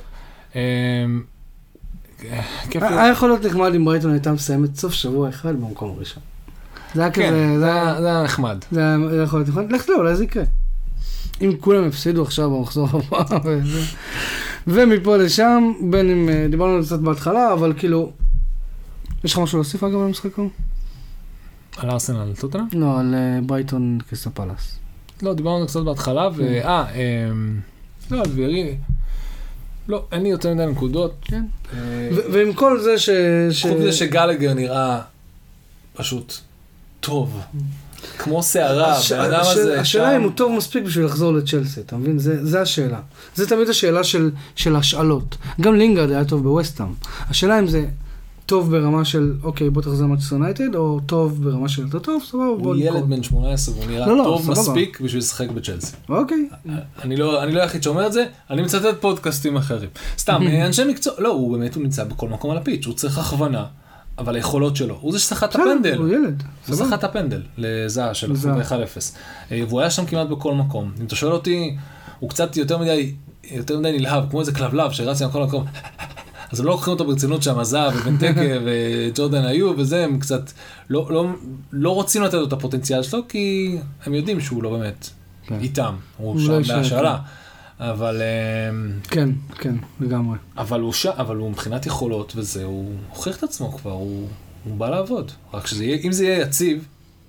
היה יכול להיות נחמד אם ברייטון הייתה מסיימת סוף שבוע אחד במקום הראשון. זה היה כזה... זה היה נחמד. זה היה יכול להיות נחמד. לך לא, אולי זה יקרה. אם כולם הפסידו עכשיו במחזור הבא וזה. ומפה לשם, בין אם דיברנו על זה קצת בהתחלה, אבל כאילו... יש לך משהו להוסיף אגב על המשחק היום? על ארסנל, על טוטנהאם? לא, על ברייטון קריסטל פלאס. לא, דיברנו על זה קצת בהתחלה, ו... אה, לא, על וירי... לא, אין לי יותר מדי נקודות. כן. ועם כל זה ש... חוץ מזה שגלגר נראה פשוט טוב. כמו שערה, באדם הזה שם... השאלה אם הוא טוב מספיק בשביל לחזור לצ'לסי, אתה מבין? זה השאלה. זה תמיד השאלה של השאלות. גם לינגרד היה טוב בווסטהאם. השאלה אם זה טוב ברמה של, אוקיי, בוא תחזור למנצ'סטר יונייטד, או טוב ברמה של יותר טוב, סבבה, הוא ילד בן שמונה עשרה, והוא נראה טוב מספיק בשביל לשחק בצ'לסי. אוקיי. אני לא היחיד שאומר את זה, אני מצטט פודקאסטים אחרים. סתם, אנשי מקצוע, לא, הוא באמת, הוא נמצא בכל מקום על הפיץ', הוא צריך הכוונה. אבל היכולות שלו, הוא זה ששחט את הפנדל. הוא ילד. הוא שחט את הפנדל לזהה של אחד אפס. והוא היה שם כמעט בכל מקום. אם אתה שואל אותי, הוא קצת יותר מדי, יותר מדי נלהב, כמו איזה כלבלב שרץ עם כל מקום. אז הם לא לוקחים אותו ברצינות שם, זהה ובנטקה וג'ורדן היו, וזה הם קצת לא, לא, לא רוצים לתת לו את הפוטנציאל שלו, כי הם יודעים שהוא לא באמת איתם. הוא שם בהשאלה. אבל... כן, כן, לגמרי. אבל הוא, ש... אבל הוא מבחינת יכולות וזה, הוא הוכיח את עצמו כבר, הוא, הוא בא לעבוד. רק שזה יהיה, אם זה יהיה יציב,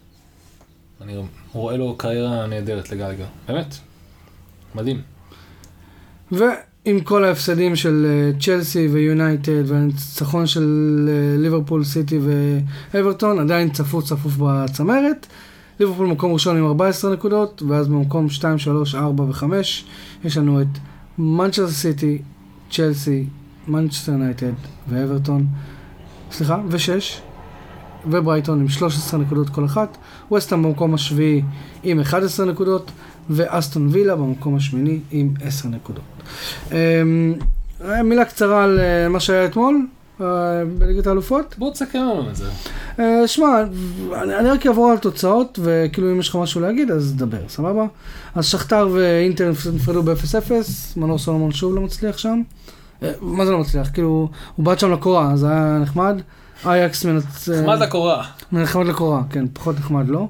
אני רואה לו קריירה נהדרת לגלגר. באמת. מדהים. ועם כל ההפסדים של צ'לסי ויונייטד, והניצחון של ליברפול, סיטי ואברטון, עדיין צפוף צפוף בצמרת. ליברפול מקום ראשון עם ארבע עשרה נקודות, ואז במקום שתיים, שלוש, ארבע וחמש, יש לנו את מנצ'סטר סיטי, צ'לסי, מנצ'סטר יונייטד ואברטון, סליחה, ושש, וברייטון עם שלוש עשרה נקודות כל אחת, ווסטהאם במקום השביעי עם אחת עשרה נקודות, ואסטון וילה במקום השמיני עם עשר נקודות. מילה קצרה על מה שהיה אתמול, בליגת האלופות. בוא תסכם לנו את זה. שמע, אני רק אעבור על תוצאות, וכאילו אם יש לך משהו להגיד, אז דבר, סבבה? אז שכתר ואינטר נפרדו ב-אפס אפס, מנור סולומון שוב לא מצליח שם. מה זה לא מצליח? כאילו, הוא באת שם לקורה, אז היה נחמד. אייקס מנצ... נחמד לקורה. נחמד לקורה, כן, פחות נחמד, לא?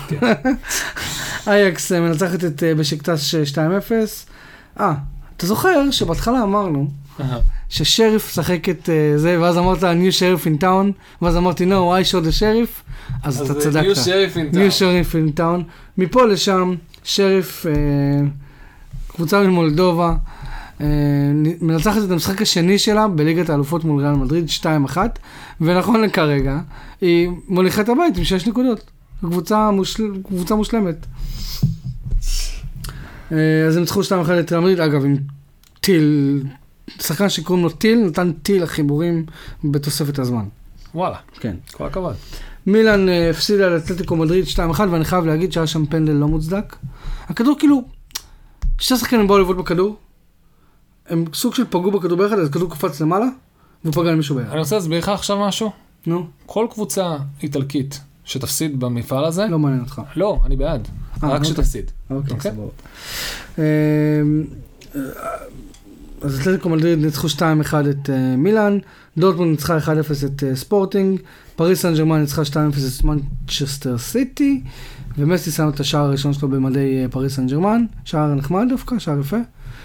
אייקס מנצחת את בשקטס שתיים אפס. אה, אתה זוכר שבהתחלה אמרנו ששריף שחק את זה, ואז אמרת new sheriff in town, ואז אמרתי no, I shot the sheriff, אז אתה צדקת. new sheriff in town. new sheriff in town. מפה לשם, שריף, קבוצה ממולדובה, מנצחת את המשחק השני שלה בליגת האלופות מול ריאל מדריד שתיים אחת, ונכון לכרגע, היא מוליכה את הבית עם שש נקודות. קבוצה, מושל... קבוצה מושלמת. אז הם צריכו שתיים אחת את ריאל מדריד, אגב, עם טיל, שחקן שקוראים לו טיל, נתן טיל לחיבורים בתוספת הזמן. וואלה. כן. כל הכבוד. מילאן הפסידה לאתלטיקו מדריד שתיים אחת, ואני חייב להגיד שהיה שם פנדל לא מוצדק. הכדור כאילו, שתי שחקנים באו לבעוט בכדור, הם סוג של פגעו בכדור ביחד, אז הכדור קפץ למעלה, והוא פגע למישהו ביחד. אני רוצה להסביר לך עכשיו משהו. נו. כל קבוצה איטלקית שתפסיד במפעל הזה... לא מעניין אותך. לא, אני בעד. רק שתפסיד. אוקיי, סבבה. אז אתלטיקו מדריד ניצחו שתיים אחת את מילאן, דורטמונד ניצחה אחד אפס את ספורטינג, פריס סן ז'רמן ניצחה שתיים אפס את מנצ'סטר סיטי, ומסי שם את השער הראשון שלו במדי פריס סן ז'רמן, שער נחמד דווקא, שער יפה.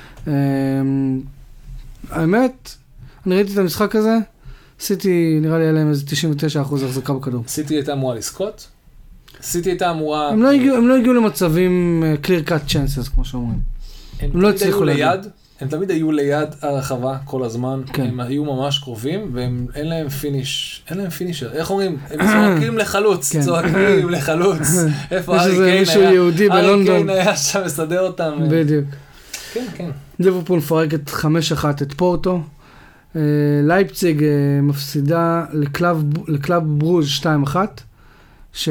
האמת, אני ראיתי את המשחק הזה, סיטי נראה לי היה להם איזה תשעים ותשעה אחוז החזקה בכדור. סיטי הייתה אמורה לזכות? סיטי הייתה אמורה... הם לא הגיעו, הם לא הגיעו למצבים clear cut chances, כמו שאומרים. הם, הם לא הצליחו ליד, הם תמיד היו ליד הרחבה כל הזמן, כן. הם היו ממש קרובים, ואין להם פיניש, אין להם פינישר. איך אומרים? הם צועקים לחלוץ, כן. צועקים לחלוץ. איפה ארי קיין היה? ארי קיין היה שם מסדר אותם. בדיוק. כן, כן. ליברפול מפרקת חמש אחת את פורטו, לייפציג מפסידה לקלאב, לקלאב ברוז' שתיים אחת, ש...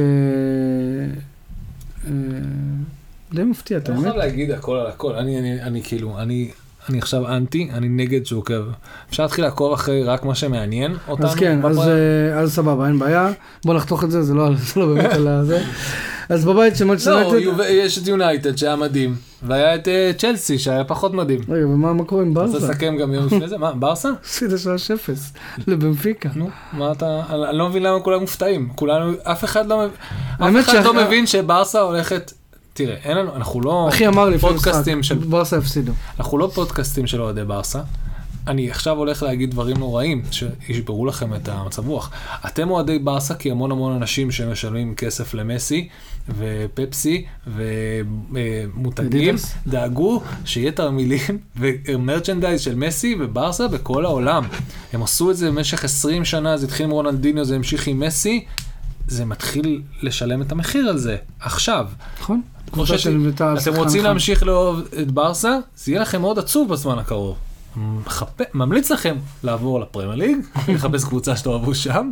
די מפתיע, אתה האמת? אני יכול להגיד הכל על הכל, אני, אני, אני כאילו, אני, אני עכשיו אנטי, אני נגד שעוקב. אפשר להתחיל לעקוב אחרי רק מה שמעניין אותנו? אז כן, אז, אז סבבה, אין בעיה. בוא נחתוך את זה, זה לא, זה לא באמת על זה. אז בבית שמנצ'סטר יונייטד... לא, יש את יונייטד שהיה מדהים, והיה את צ'לסי שהיה פחות מדהים. רגע, ומה קורה עם ברסה? רוצה לסכם גם יום לפני זה? מה, ברסה? הפסידה שלוש אפס לבנפיקה. נו, מה אתה... אני לא מבין למה כולם מופתעים. כולנו, אף אחד לא מבין... אף אחד לא מבין שברסה הולכת... תראה, אין לנו, אנחנו לא... אחי אמר לי, פודקאסטים של... ברסה הפסידו. אנחנו לא פודקאסטים של אוהדי ברסה. אני עכשיו הולך להגיד דברים נוראים, שישברו לכם את המצב רוח. אתם אוהדי ברסה, כי המון המון אנשים שמשלמים כסף למסי, ופפסי, ומותגים, דאגו שיהיה תרמילים ומרצ'נדייז של מסי וברסה בכל העולם. הם עשו את זה במשך עשרים שנה, זה התחיל עם רונלדיניו, זה המשיך עם מסי, זה מתחיל לשלם את המחיר על זה, עכשיו. נכון. אתם רוצים להמשיך לאהוב את ברסה, זה יהיה לכם מאוד עצוב בזמן הקרוב. ממליץ לכם לעבור לפרמייר ליג, לחפש קבוצה שתאהבו שם,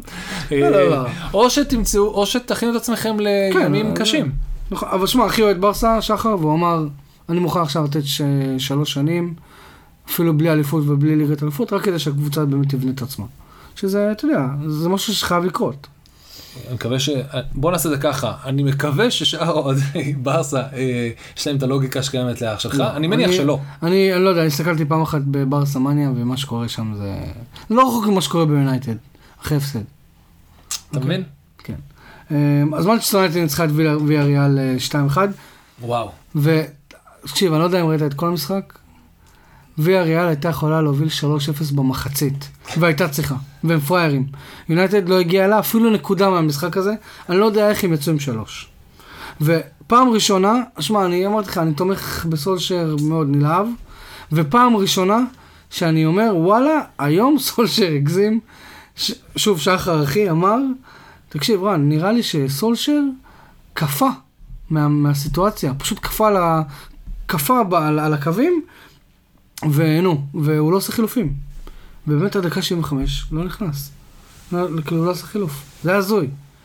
או שתמצאו, או שתכינו את עצמכם לימים קשים. אבל שמע, אחי אוהד ברסה, שחר, והוא אמר, אני מוכן עכשיו לתת שלוש שנים, אפילו בלי אליפות ובלי ליגת אליפות, רק כדי שהקבוצה באמת תבנה את עצמה. שזה, אתה יודע, זה משהו שחייב לקרות. אני מקווה ש... בוא נעשה זה ככה, אני מקווה ששאר עוד ברסה, יש להם את הלוגיקה שקיימת לאח שלך, אני מניח שלא. אני לא יודע, אני הסתכלתי פעם אחת בברסה מניה, ומה שקורה שם זה... זה לא רחוק ממה שקורה ביונייטד, אחרי הפסד. אתה מבין? כן. אז מנצ'סטר יונייטד ניצחה את ויאריאל שתיים אחת. וואו. ותקשיב, אני לא יודע אם ראית את כל המשחק, ויאריאל הייתה יכולה להוביל שלוש אפס במחצית, והייתה צריכה, והם פריירים. יונייטד לא הגיעה לה אפילו נקודה מהמשחק הזה, אני לא יודע איך הם יצאו עם שלוש. ופעם ראשונה, שמע, אני אמרתי לך, אני תומך בסולשר מאוד נלהב, ופעם ראשונה שאני אומר, וואלה, היום סולשר הגזים, ש... שוב, שחר אחי אמר, תקשיב רן, נראה לי שסולשר קפה מה... מהסיטואציה, פשוט קפה, לה... קפה על... על הקווים, ונו, והוא לא עושה חילופים. באמת הדקה שבעים וחמש לא נכנס. כאילו הוא לא עושה חילוף. זה הזוי.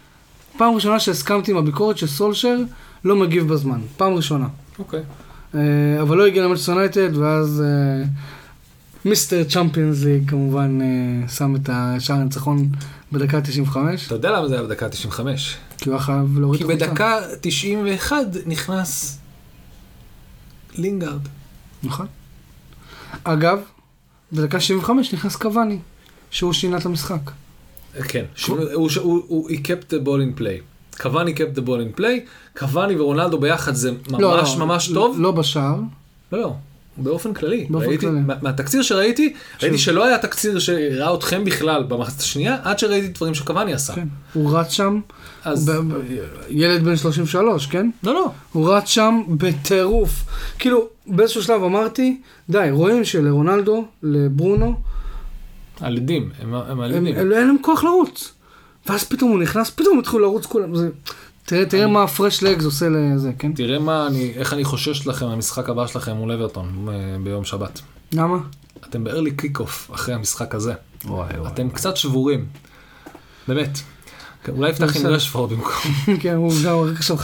פעם ראשונה שהסכמתי עם הביקורת שסולשר לא מגיב בזמן. פעם ראשונה. אוקיי. אבל לא הגיע למנצ'סטר יונייטד, ואז מיסטר צ'אמפיונס ליג כמובן שם את השער הניצחון בדקה תשעים וחמש. אתה יודע למה זה היה בדקה תשעים וחמש? כי הוא היה חייב להוריד את החוצה. כי בדקה תשעים ואחת נכנס לינגארד. נכון. אגב, בדקה שבעים וחמש נכנס קוואני, שהוא שינה את המשחק. כן, הוא kept the ball in play. קוואני kept the ball in play, קוואני ורונלדו ביחד זה ממש ממש טוב. לא בשער. לא, לא, באופן כללי. מהתקציר שראיתי, ראיתי שלא היה תקציר שראה אתכם בכלל במחצית השנייה, עד שראיתי דברים שקוואני עשה. הוא רץ שם, ילד בן שלושים ושלוש, כן? לא, לא. הוא רץ שם בטירוף. כאילו, באיזשהו שלב אמרתי, די, רואים שלרונלדו, לברונו, הלידים, הם הלידים. אין להם כוח לרוץ. ואז פתאום הוא נכנס, פתאום הוא התחיל לרוץ כולם. תראה, תראה מה הפרש לגס עושה לזה, כן? תראה מה אני, איך אני חושש לכם, המשחק הבא שלכם מול אברטון ביום שבת. למה? אתם בארלי קיק-אוף אחרי המשחק הזה. אתם קצת שבורים. באמת. אולי יפתח עם רשפורד במקום. כן, הוא גם רק עכשיו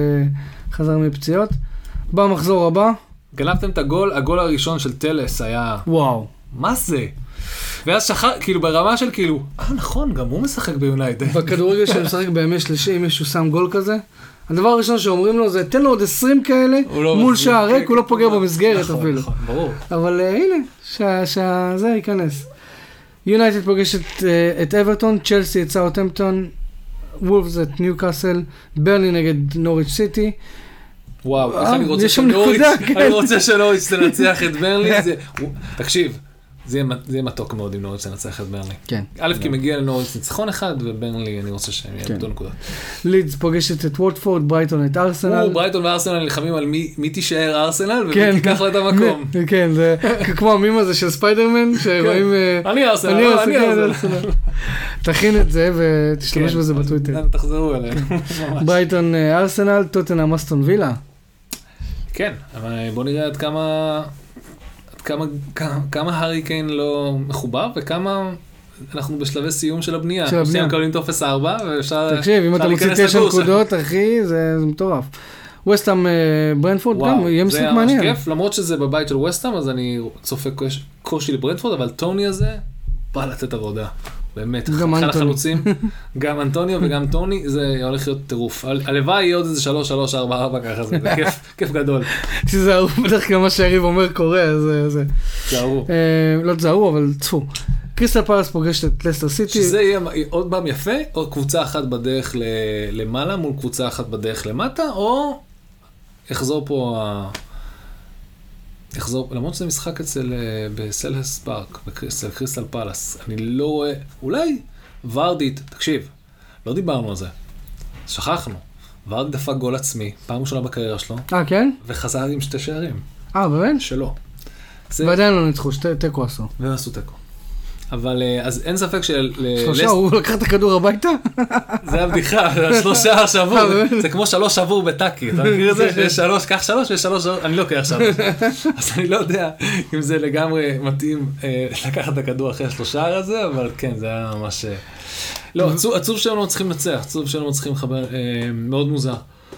חזר מפציעות. במחזור הבא. גנבתם את הגול, הגול הראשון של טלס היה... וואו. מה זה? ואז שחר, כאילו ברמה של כאילו, אה נכון, גם הוא משחק ביונייטד. בכדורגל שהוא משחק בימי שלישי, אם מישהו שם גול כזה, הדבר הראשון שאומרים לו זה, תן לו עוד עשרים כאלה, מול שער ריק, הוא לא פוגע במסגרת אפילו. נכון, ברור. אבל הנה, שזה ייכנס. יונייטד פוגשת את אברטון, צ'לסי את סאות'המפטון, וולפס את ניוקאסל, ברנלי נגד נוריץ' סיטי. וואו, איך אני רוצה שנוריץ', אני רוצה שנוריץ' תנצח את ברנלי, תקשיב. זה יהיה מתוק מאוד אם נוריץ' תנצח את ברנלי. כן. א' כי מגיע לנוריץ' ניצחון אחד, וברנלי אני רוצה שהם יעבדו נקודות. לידס פוגשת את ווטפורד, ברייטון את ארסנל. ברייטון וארסנל נלחמים על מי תישאר ארסנל, ומי תיקח לה את המקום. כן, זה כמו המים הזה של ספיידרמן, שרואים... אני ארסנל, אני ארסנל. תכין את זה ותשתמש בזה בטוויטר. תחזרו אליהם. ברייטון ארסנל, טוטנהאם אסטון וילה. כן, אבל בוא נראה עד כמה... כמה, כמה, כמה הארי קיין לא מחובר, וכמה אנחנו בשלבי סיום של הבנייה. של הבנייה. אנחנו מקבלים טופס ארבע, ואפשר להיכנס לגורסה. תקשיב, אם אתה מוציא תשע נקודות, אחי, זה מטורף. ווסטהאם ברנפורד, גם יהיה משחק מעניין. זה ממש כיף, למרות שזה בבית של ווסטהאם, אז אני צופה קושי לברנפורד, אבל טוני הזה בא לתת עבודה. באמת, אחד החלוצים, גם אנטוניו וגם טוני, זה הולך להיות טירוף. הלוואי יהיה עוד איזה שלוש, שלוש, ארבע, ארבע ככה, זה כיף גדול. תזהרו, בדרך כלל מה שהריב אומר קורה, אז זה... תזהרו. לא תזהרו, אבל צפו. קריסטל פלאס פוגשת את לסטר סיטי. שזה יהיה עוד פעם יפה, או קבוצה אחת בדרך למעלה, מול קבוצה אחת בדרך למטה, או יחזור פה... יחזור, למרות שזה משחק אצל, בסלהס פארק, אצל קריסטל פלאס, אני לא רואה, אולי ורדית, תקשיב, לא דיברנו על זה, שכחנו, ורד דפק גול עצמי, פעם ראשונה בקריירה שלו, אה, כן? וחזר עם שתי שערים. אה, באמת? שלא. ועדיין לא ניצחו, תיקו עשו. והם עשו תיקו. אבל, אז אין ספק של... שלושה, הוא לקח את הכדור הביתה? זה הבדיחה, שלושה שבור, זה כמו שלוש שבור בטאקי, אתה מכיר את זה? שיש שלוש, קח שלוש ויש שלוש, אני לא קח שלוש. אז אני לא יודע אם זה לגמרי מתאים לקחת את הכדור אחרי השלושה הזה, אבל כן, זה היה ממש... לא, עצוב שהם לא מצליחים לנצח, עצוב שהם לא מצליחים לחבר, מאוד מוזר.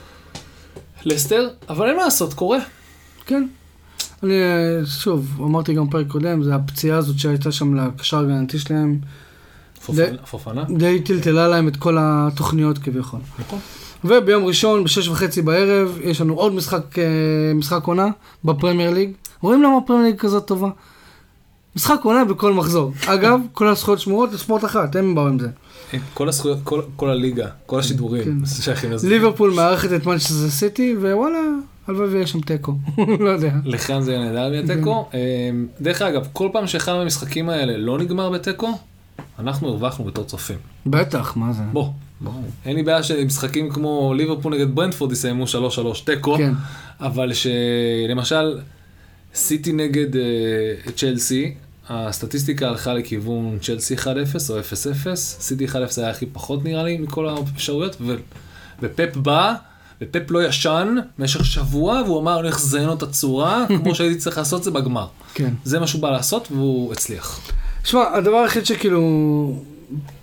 לסטר, אבל אין מה לעשות, קורה. כן. אני, שוב, אמרתי גם פרק קודם, זה הפציעה הזאת שהייתה שם לקשר הגנתי שלהם. פופנה? די טלטלה להם את כל התוכניות כביכול. נכון. וביום ראשון, בשש וחצי בערב, יש לנו עוד משחק, משחק עונה בפרמייר ליג. רואים למה הפרמייר ליג כזאת טובה? משחק עונה בכל מחזור. אגב, כל הזכויות שמורות לספורט אחת, הם באו עם זה. כל הזכויות, כל, כל הליגה, כל השידורים, שייכים לזה. ליברפול מערכת את מנצ'סטר סיטי, ווואלה, הלוואי ויש שם טקו, לא יודע. לכן זה נהדר ויהיה טקו. דרך אגב, כל פעם שאחד מהמשחקים האלה לא נגמר בטקו, אנחנו הרווחנו בתור צופים. בטח, מה זה? בוא, אין לי בעיה שמשחקים כמו ליברפול נגד ברנטפורד יסיימו שלוש שלוש טקו, אבל שלמשל סיטי נגד צ'לסי, הסטטיסטיקה הלכה לכיוון צ'לסי אחד אפס או אפס אפס, סיטי אחד אפס היה הכי פחות נראה לי מכל האפשרויות, ופפ בא, ופפ לא ישן במשך שבוע, והוא אמר, אני אחזיין לו את הצורה, כמו שהייתי צריך לעשות זה בגמר. כן. זה מה שהוא בא לעשות, והוא הצליח. שמע, הדבר היחיד שכאילו,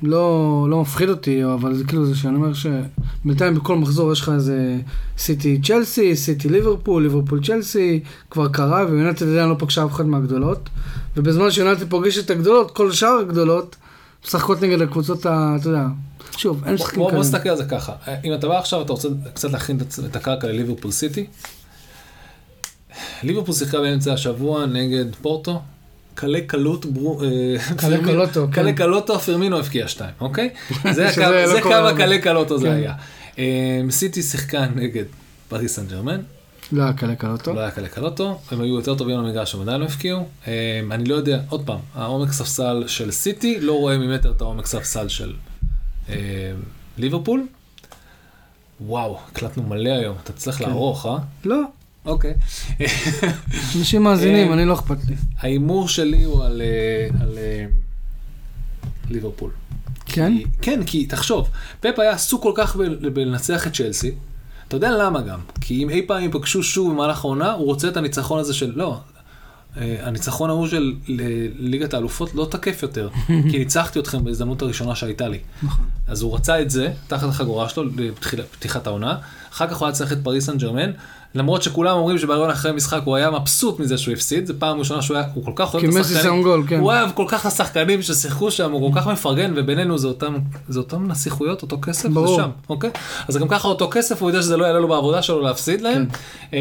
לא, לא מפחיד אותי, אבל זה כאילו זה שאני אומר שבינתיים בכל מחזור יש לך איזה סיטי צ'לסי, סיטי ליברפול, ליברפול צ'לסי, כבר קרה, ויונתד עדיין לא פגשה אף אחד מהגדולות, ובזמן שיונתד פוגש את הגדולות, כל שאר הגדולות, משחקות נגד הקבוצות, אתה יודע, שוב, אין משחקים כאלה. בוא נסתכל על זה ככה, אם אתה בא עכשיו, אתה רוצה קצת להכין את הקרקע לליברפול סיטי, ליברפול שיחקה באמצע השבוע נגד פורטו, קלה קלות, קלה קלוטו, קלה קלוטו, פרמינו הפקיע שתיים, אוקיי? זה כמה קלה קלוטו זה היה. סיטי שיחקה נגד פריס סן ז'רמן. לא היה קלה קלוטו. לא היה קלה קלוטו, הם היו יותר טובים למגרש, הם עדיין לא הפקיעו. אני לא יודע, עוד פעם, העומק ספסל של סיטי לא רואה ממטר את העומק ספסל של ליברפול. וואו, הקלטנו מלא היום, אתה צריך לערוך, אה? לא. אוקיי. אנשים מאזינים, אני לא אכפת לי. האימור שלי הוא על ליברפול. כן? כן, כי תחשוב, פפ היה עסוק כל כך בלנצח את צ'לסי, אתה יודע למה גם? כי אם אי פעם יפגשו שוב במהלך העונה, הוא רוצה את הניצחון הזה של, לא, הניצחון ההוא של ליגת האלופות לא תקף יותר, כי ניצחתי אתכם בהזדמנות הראשונה שהייתה לי. אז הוא רצה את זה, תחת החגורה שלו, לפתיחת העונה, אחר כך הוא היה צריך את פריס סן ז'רמן, למרות שכולם אומרים שבהריון אחרי משחק הוא היה מבסוט מזה שהוא הפסיד, זה פעם ראשונה שהוא היה, הוא כל כך אוהב את השחקנים, כן. הוא אוהב כל כך השחקנים ששיחקו שם, הוא כל כך מפרגן, ובינינו זה אותם, זה אותם נסיכויות, אותו כסף, ברור. זה שם, אוקיי? אז גם ככה אותו כסף, הוא יודע שזה לא יעלה לו בעבודה שלו להפסיד להם, כן.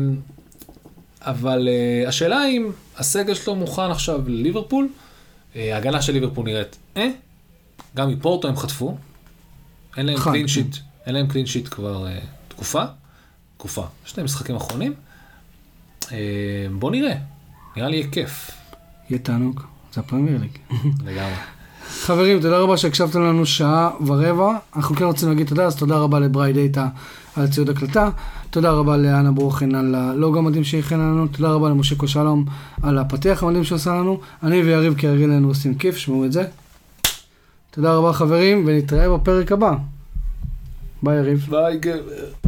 אבל השאלה אם הסגל שלו מוכן עכשיו לליברפול, ההגנה של ליברפול נראית, אה? גם מפורטו הם חטפו, אין להם קלין שיט, אין להם קלין שיט כבר תקופה, תקופה, שני משחקים אחרונים, בוא נראה, נראה לי יהיה כיף. יהיה תענוג, זה הפרמייר ליג. לגמרי. חברים, תודה רבה שהקשבתם לנו שעה ורבע, אנחנו כן רוצים להגיד תודה, אז תודה רבה לברי דאטה על ציוד הקלטה, תודה רבה לאנה ברוכן על הלוגו המדהים שהכין לנו, תודה רבה למושיקו שלום על הפתיח המדהים שעושה לנו, אני ויריב כרגיל לנו עושים כיף, שמעו את זה. תודה רבה חברים, ונתראה בפרק הבא. ביי יריב. ביי גבר.